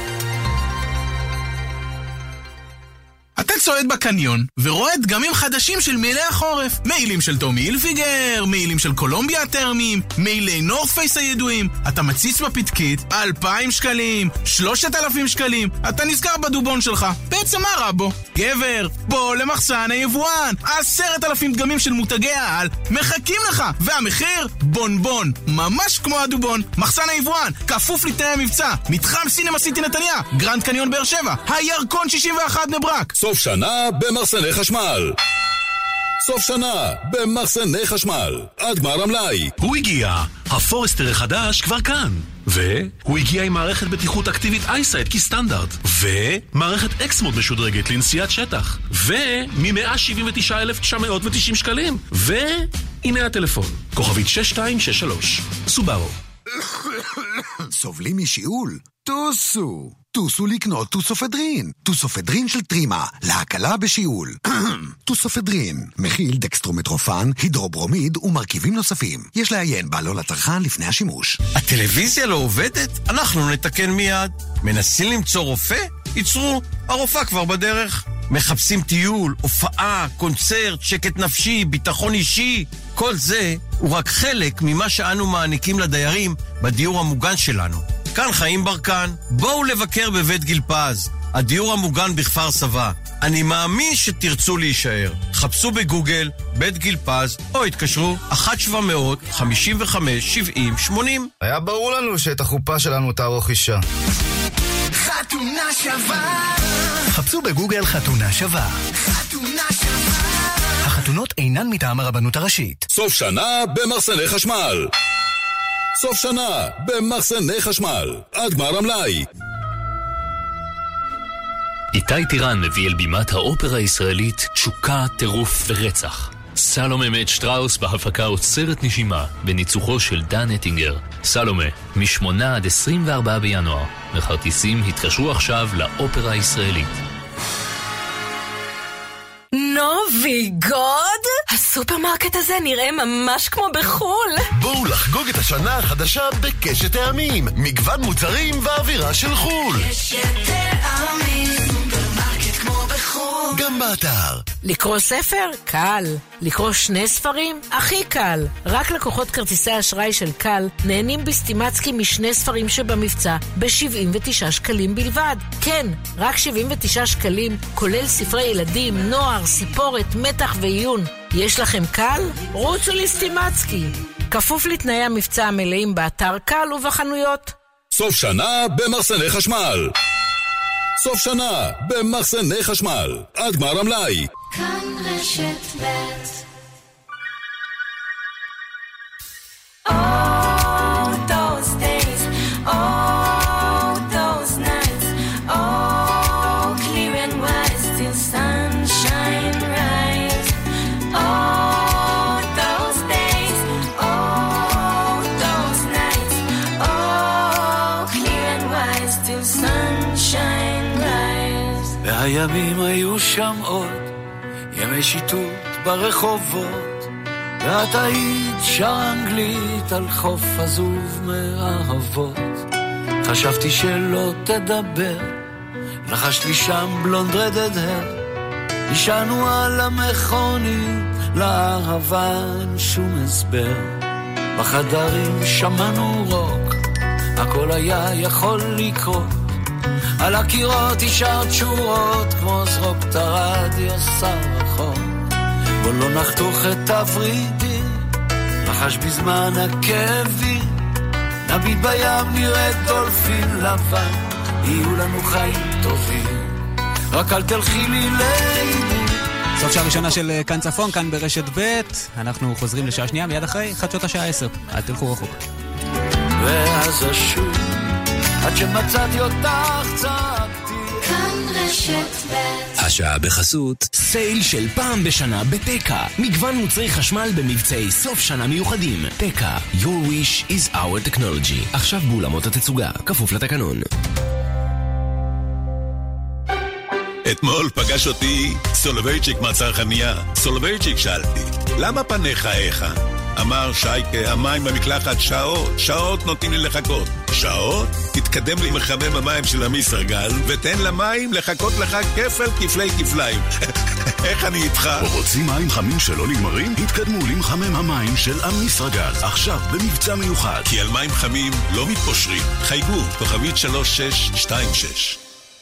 S19: אתה צועד בקניון ורואה דגמים חדשים של מעילי החורף. מעילים של טומי הילפיגר, מעילים של קולומביה הטרמיים, מעילי נורת' פייס הידועים. אתה מציץ בפתקית, אלפיים שקלים, שלושת אלפים שקלים. אתה נזכר בדובון שלך. בעצם מה רע בו? גבר, בוא למחסן היבואן. עשרת אלפים דגמים של מותגי העל מחכים לך. והמחיר? בונבון. ממש כמו הדובון. מחסן היבואן, כפוף לתנאי המבצע. מתחם סינמה סיטי נתניה, גרנד קניון באר שבע, הירקון שישים ואחת בני ברק.
S4: סוף שנה במחסני חשמל. סוף שנה במחסני חשמל. עד גמר המלאי.
S20: הוא הגיע. הפורסטר החדש כבר כאן. והוא הגיע עם מערכת בטיחות אקטיבית אייסייט כסטנדרט. ומערכת אקסמוד משודרגת לנסיעת שטח. ומ-מאה שבעים ותשעה אלף תשע מאות ותשעים שקלים. והנה הטלפון. כוכבית שש שתיים שש שלוש. סובארו.
S21: סובלים משיעול? טוסו. טוסו לקנות טוסופדרין. טוסופדרין של טרימה, להקלה בשיעול. טוסופדרין, מכיל דקסטרומטרופן, הידרוברומיד ומרכיבים נוספים. יש לעיין בעלון לצרכן לפני השימוש.
S22: הטלוויזיה לא עובדת? אנחנו נתקן מיד. מנסים למצוא רופא? ייצרו, הרופאה כבר בדרך. מחפשים טיול, הופעה, קונצרט, שקט נפשי, ביטחון אישי. כל זה הוא רק חלק ממה שאנו מעניקים לדיירים בדיור המוגן שלנו. כאן חיים ברקן, בואו לבקר בבית גיל פז, הדיור המוגן בכפר סבא. אני מאמין שתרצו להישאר. חפשו בגוגל בית גיל פז או התקשרו אחת שבע מאות חמישים וחמש שבעים שמונים.
S23: היה ברור לנו שאת החופה שלנו תערוך אישה.
S7: חתונה שווה.
S9: חפשו בגוגל חתונה שווה.
S7: חתונה שווה.
S9: החתונות אינן מטעם הרבנות הראשית.
S4: סוף שנה במחסני חשמל. סוף שנה במחסני חשמל. עד גמר המלאי.
S24: איתי טירן מביא אל בימת האופרה הישראלית תשוקה, טירוף ורצח. סלומה מאת שטראוס בהפקה עוצרת נשימה בניצוחו של דן אטינגר. סלומה, משמונה עד עשרים וארבעה בינואר. וכרטיסים התקשרו עכשיו לאופרה הישראלית.
S14: נובי גוד? הסופרמרקט הזה נראה ממש כמו בחול.
S21: בואו לחגוג את השנה החדשה בקשת טעמים. מגוון מוצרים ואווירה של חול.
S7: קשת טעמים, סופרמרקט כמו בחול.
S21: גם באתר.
S14: לקרוא ספר? קל. לקרוא שני ספרים? הכי קל. רק לקוחות כרטיסי אשראי של קל נהנים בסטימצקי משני ספרים שבמבצע ב-שבעים ותשעה שקלים בלבד. כן, רק שבעים ותשעה שקלים, כולל ספרי ילדים, נוער, סיפורת, מתח ועיון. יש לכם קל? רוצו לסטימצקי. כפוף לתנאי המבצע המלאים באתר קל ובחנויות.
S4: סוף שנה במחסני חשמל. סוף שנה במחסני חשמל. עד גמר המלאי.
S15: כאן רשת ב'.
S7: Oh, those days, oh, those nights, oh, clear and white, still sunshine rise. Oh, those days, oh, those nights, oh, clear and white, still sunshine rise.
S2: והימים היו שם עוד, ימי שיטוט ברחובות, ואת היית שר אנגלית על חוף עזוב מאהבות. חשבתי שלא תדבר, לחשת לי שם בלונד רדד הר, נשענו על המכונית, לאהבה אין שום הסבר. בחדרים שמענו רוק, הכל היה יכול לקרות, על הקירות השארת שורות, כמו זרוק את הרדיו סרחוק. בוא לא נחתוך את הוורידים, לחש בזמן הכאבים, נביט בים נראה דולפין לבן, יהיו לנו חיים טובים, רק אל תלכי לי לאיבוד.
S1: סוף שעה ראשונה של כאן צפון, כאן ברשת ב'. אנחנו חוזרים לשעה שנייה מיד אחרי חדשות השעה עשר. אל תלכו רחוק.
S2: ואז אשוב עד שמצאתי אותך צעקתי.
S15: כאן רשת ב'.
S3: השעה בחסות סייל של פעם בשנה בפקה, מגוון מוצרי חשמל במבצעי סוף שנה מיוחדים. פקה, your wish is our technology. עכשיו באולמות התצוגה, כפוף לתקנון.
S12: אתמול פגש אותי סולובייצ'יק מהצרכנייה. סולובייצ'יק, שאלתי, למה פניך איכה? אמר שייקה, המים במקלחת שעות, שעות נותנים לי לחכות. שעות? תתקדם לי מחמם המים של המיסרגל, ותן למים לחכות לך כפל כפלי כפליים. איך אני איתך?
S6: רוצים מים חמים שלא נגמרים? התקדמו למחמם המים של המיסרגל. עכשיו במבצע מיוחד.
S12: כי על מים חמים לא מתפושרים. חייגו, כוכבית שלוש שש שתיים שש.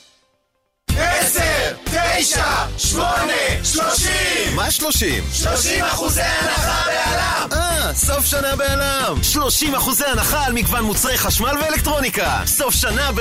S7: עשר, תשע, שמונה, שלושים.
S22: מה שלושים?
S7: שלושים אחוזי הנחה בעלם.
S22: אה, סוף שנה בעלם. שלושים אחוזי הנחה על מגוון מוצרי חשמל ואלקטרוניקה. סוף שנה ב...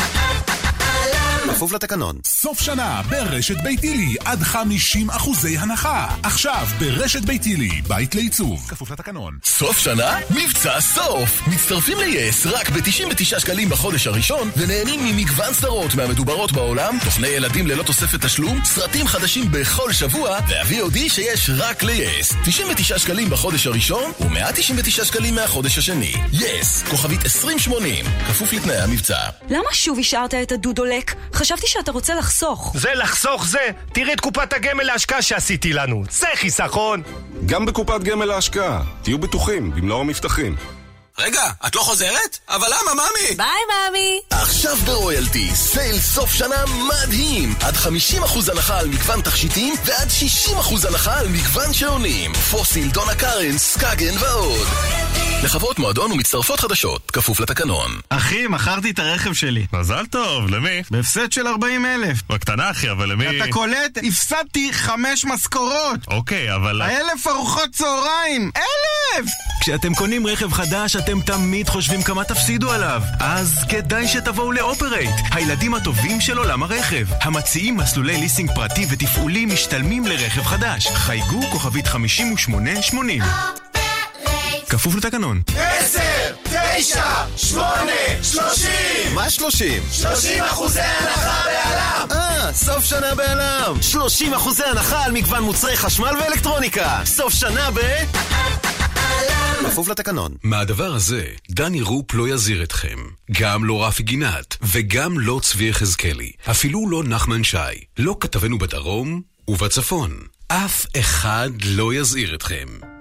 S22: כפוף לתקנון.
S6: סוף שנה ברשת ביתילי עד חמישים אחוזי הנחה. עכשיו ברשת ביתילי, בית לעיצוב. כפוף לתקנון.
S21: סוף שנה? מבצע סוף! מצטרפים ל-יס רק ב-תשעים ותשעה שקלים בחודש הראשון, ונהנים ממגוון סדרות מהמדוברות בעולם, תוכני ילדים ללא תוספת תשלום, סרטים חדשים בכל שבוע, וה-וי או די שיש רק ל-יס. תשעים ותשעה שקלים בחודש הראשון, ו-מאה תשעים ותשעה שקלים מהחודש השני. יס, כוכבית עשרים שמונים, כפוף לתנאי המבצע.
S8: למה שוב השארת את הדודולק? חשבתי שאתה רוצה לחסוך.
S25: זה לחסוך זה? תראי את קופת הגמל להשקעה שעשיתי לנו. זה חיסכון.
S26: גם בקופת גמל להשקעה. תהיו בטוחים, במלוא המבטחים.
S3: רגע, את לא חוזרת? אבל למה, מאמי?
S8: ביי, מאמי.
S21: עכשיו ברויאלטי, סייל סוף שנה מדהים. עד חמישים אחוז הנחה על מגוון תכשיטים, ועד שישים אחוז הנחה על מגוון שעונים. פוסיל, דונה קרן, סקאגן ועוד. לחברות מועדון ומצטרפות חדשות, כפוף לתקנון.
S25: אחי, מכרתי את הרכב שלי.
S12: מזל טוב, למי?
S25: בהפסד של ארבעים אלף.
S12: בקטנה אחי, אבל למי?
S25: אתה קולט? הפסדתי חמש משכורות.
S12: אוקיי, אבל...
S25: אלף ארוחות צהריים. אלף! כשאתם קונים רכב חדש, אתם תמיד חושבים כמה תפסידו עליו. אז כדאי שתבואו לאופרייט, הילדים הטובים של עולם הרכב. המציעים מסלולי ליסינג פרטי ותפעולי משתלמים לרכב חדש. חייגו כוכבית חמישים ושמונה שמונים. כפוף לתקנון.
S7: עשר, תשע, שמונה, שלושים.
S22: מה שלושים?
S7: שלושים אחוזי הנחה בעלם.
S22: אה, סוף שנה בעלם. שלושים אחוזי הנחה על מגוון מוצרי חשמל ואלקטרוניקה. סוף שנה ב... כפוף לתקנון.
S20: מהדבר הזה, דני רופ לא יזיר אתכם. גם לא רפי גינת, וגם לא צבי חזקלי. אפילו לא נחמן שי. לא כתבנו בדרום ובצפון. אף אחד לא יזהיר אתכם.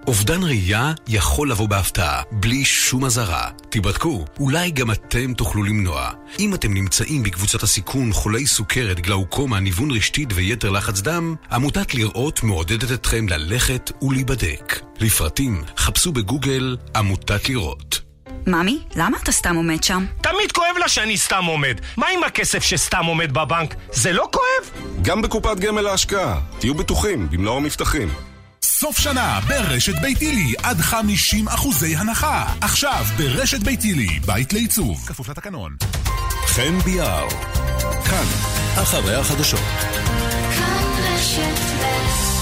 S3: אובדן ראייה יכול לבוא בהפתעה, בלי שום הזרה. תיבדקו, אולי גם אתם תוכלו למנוע. אם אתם נמצאים בקבוצת הסיכון חולי סוכרת, גלאוקומה, ניוון רשתית ויתר לחץ דם, עמותת לראות מעודדת אתכם ללכת ולהיבדק. לפרטים, חפשו בגוגל עמותת לראות.
S8: ממי, למה אתה סתם עומד שם?
S5: תמיד כואב לה שאני סתם עומד. מה עם הכסף שסתם עומד בבנק? זה לא כואב?
S26: גם בקופת גמל להשקעה. תהיו בטוחים, במלוא המבטחים.
S6: סוף שנה ברשת ביתילי עד חמישים אחוזי הנחה. עכשיו ברשת ביתילי, בית לעיצוב, כפוף לתקנון.
S4: חן ביאר, כאן, אחרי החדשות.
S15: כאן רשת ב'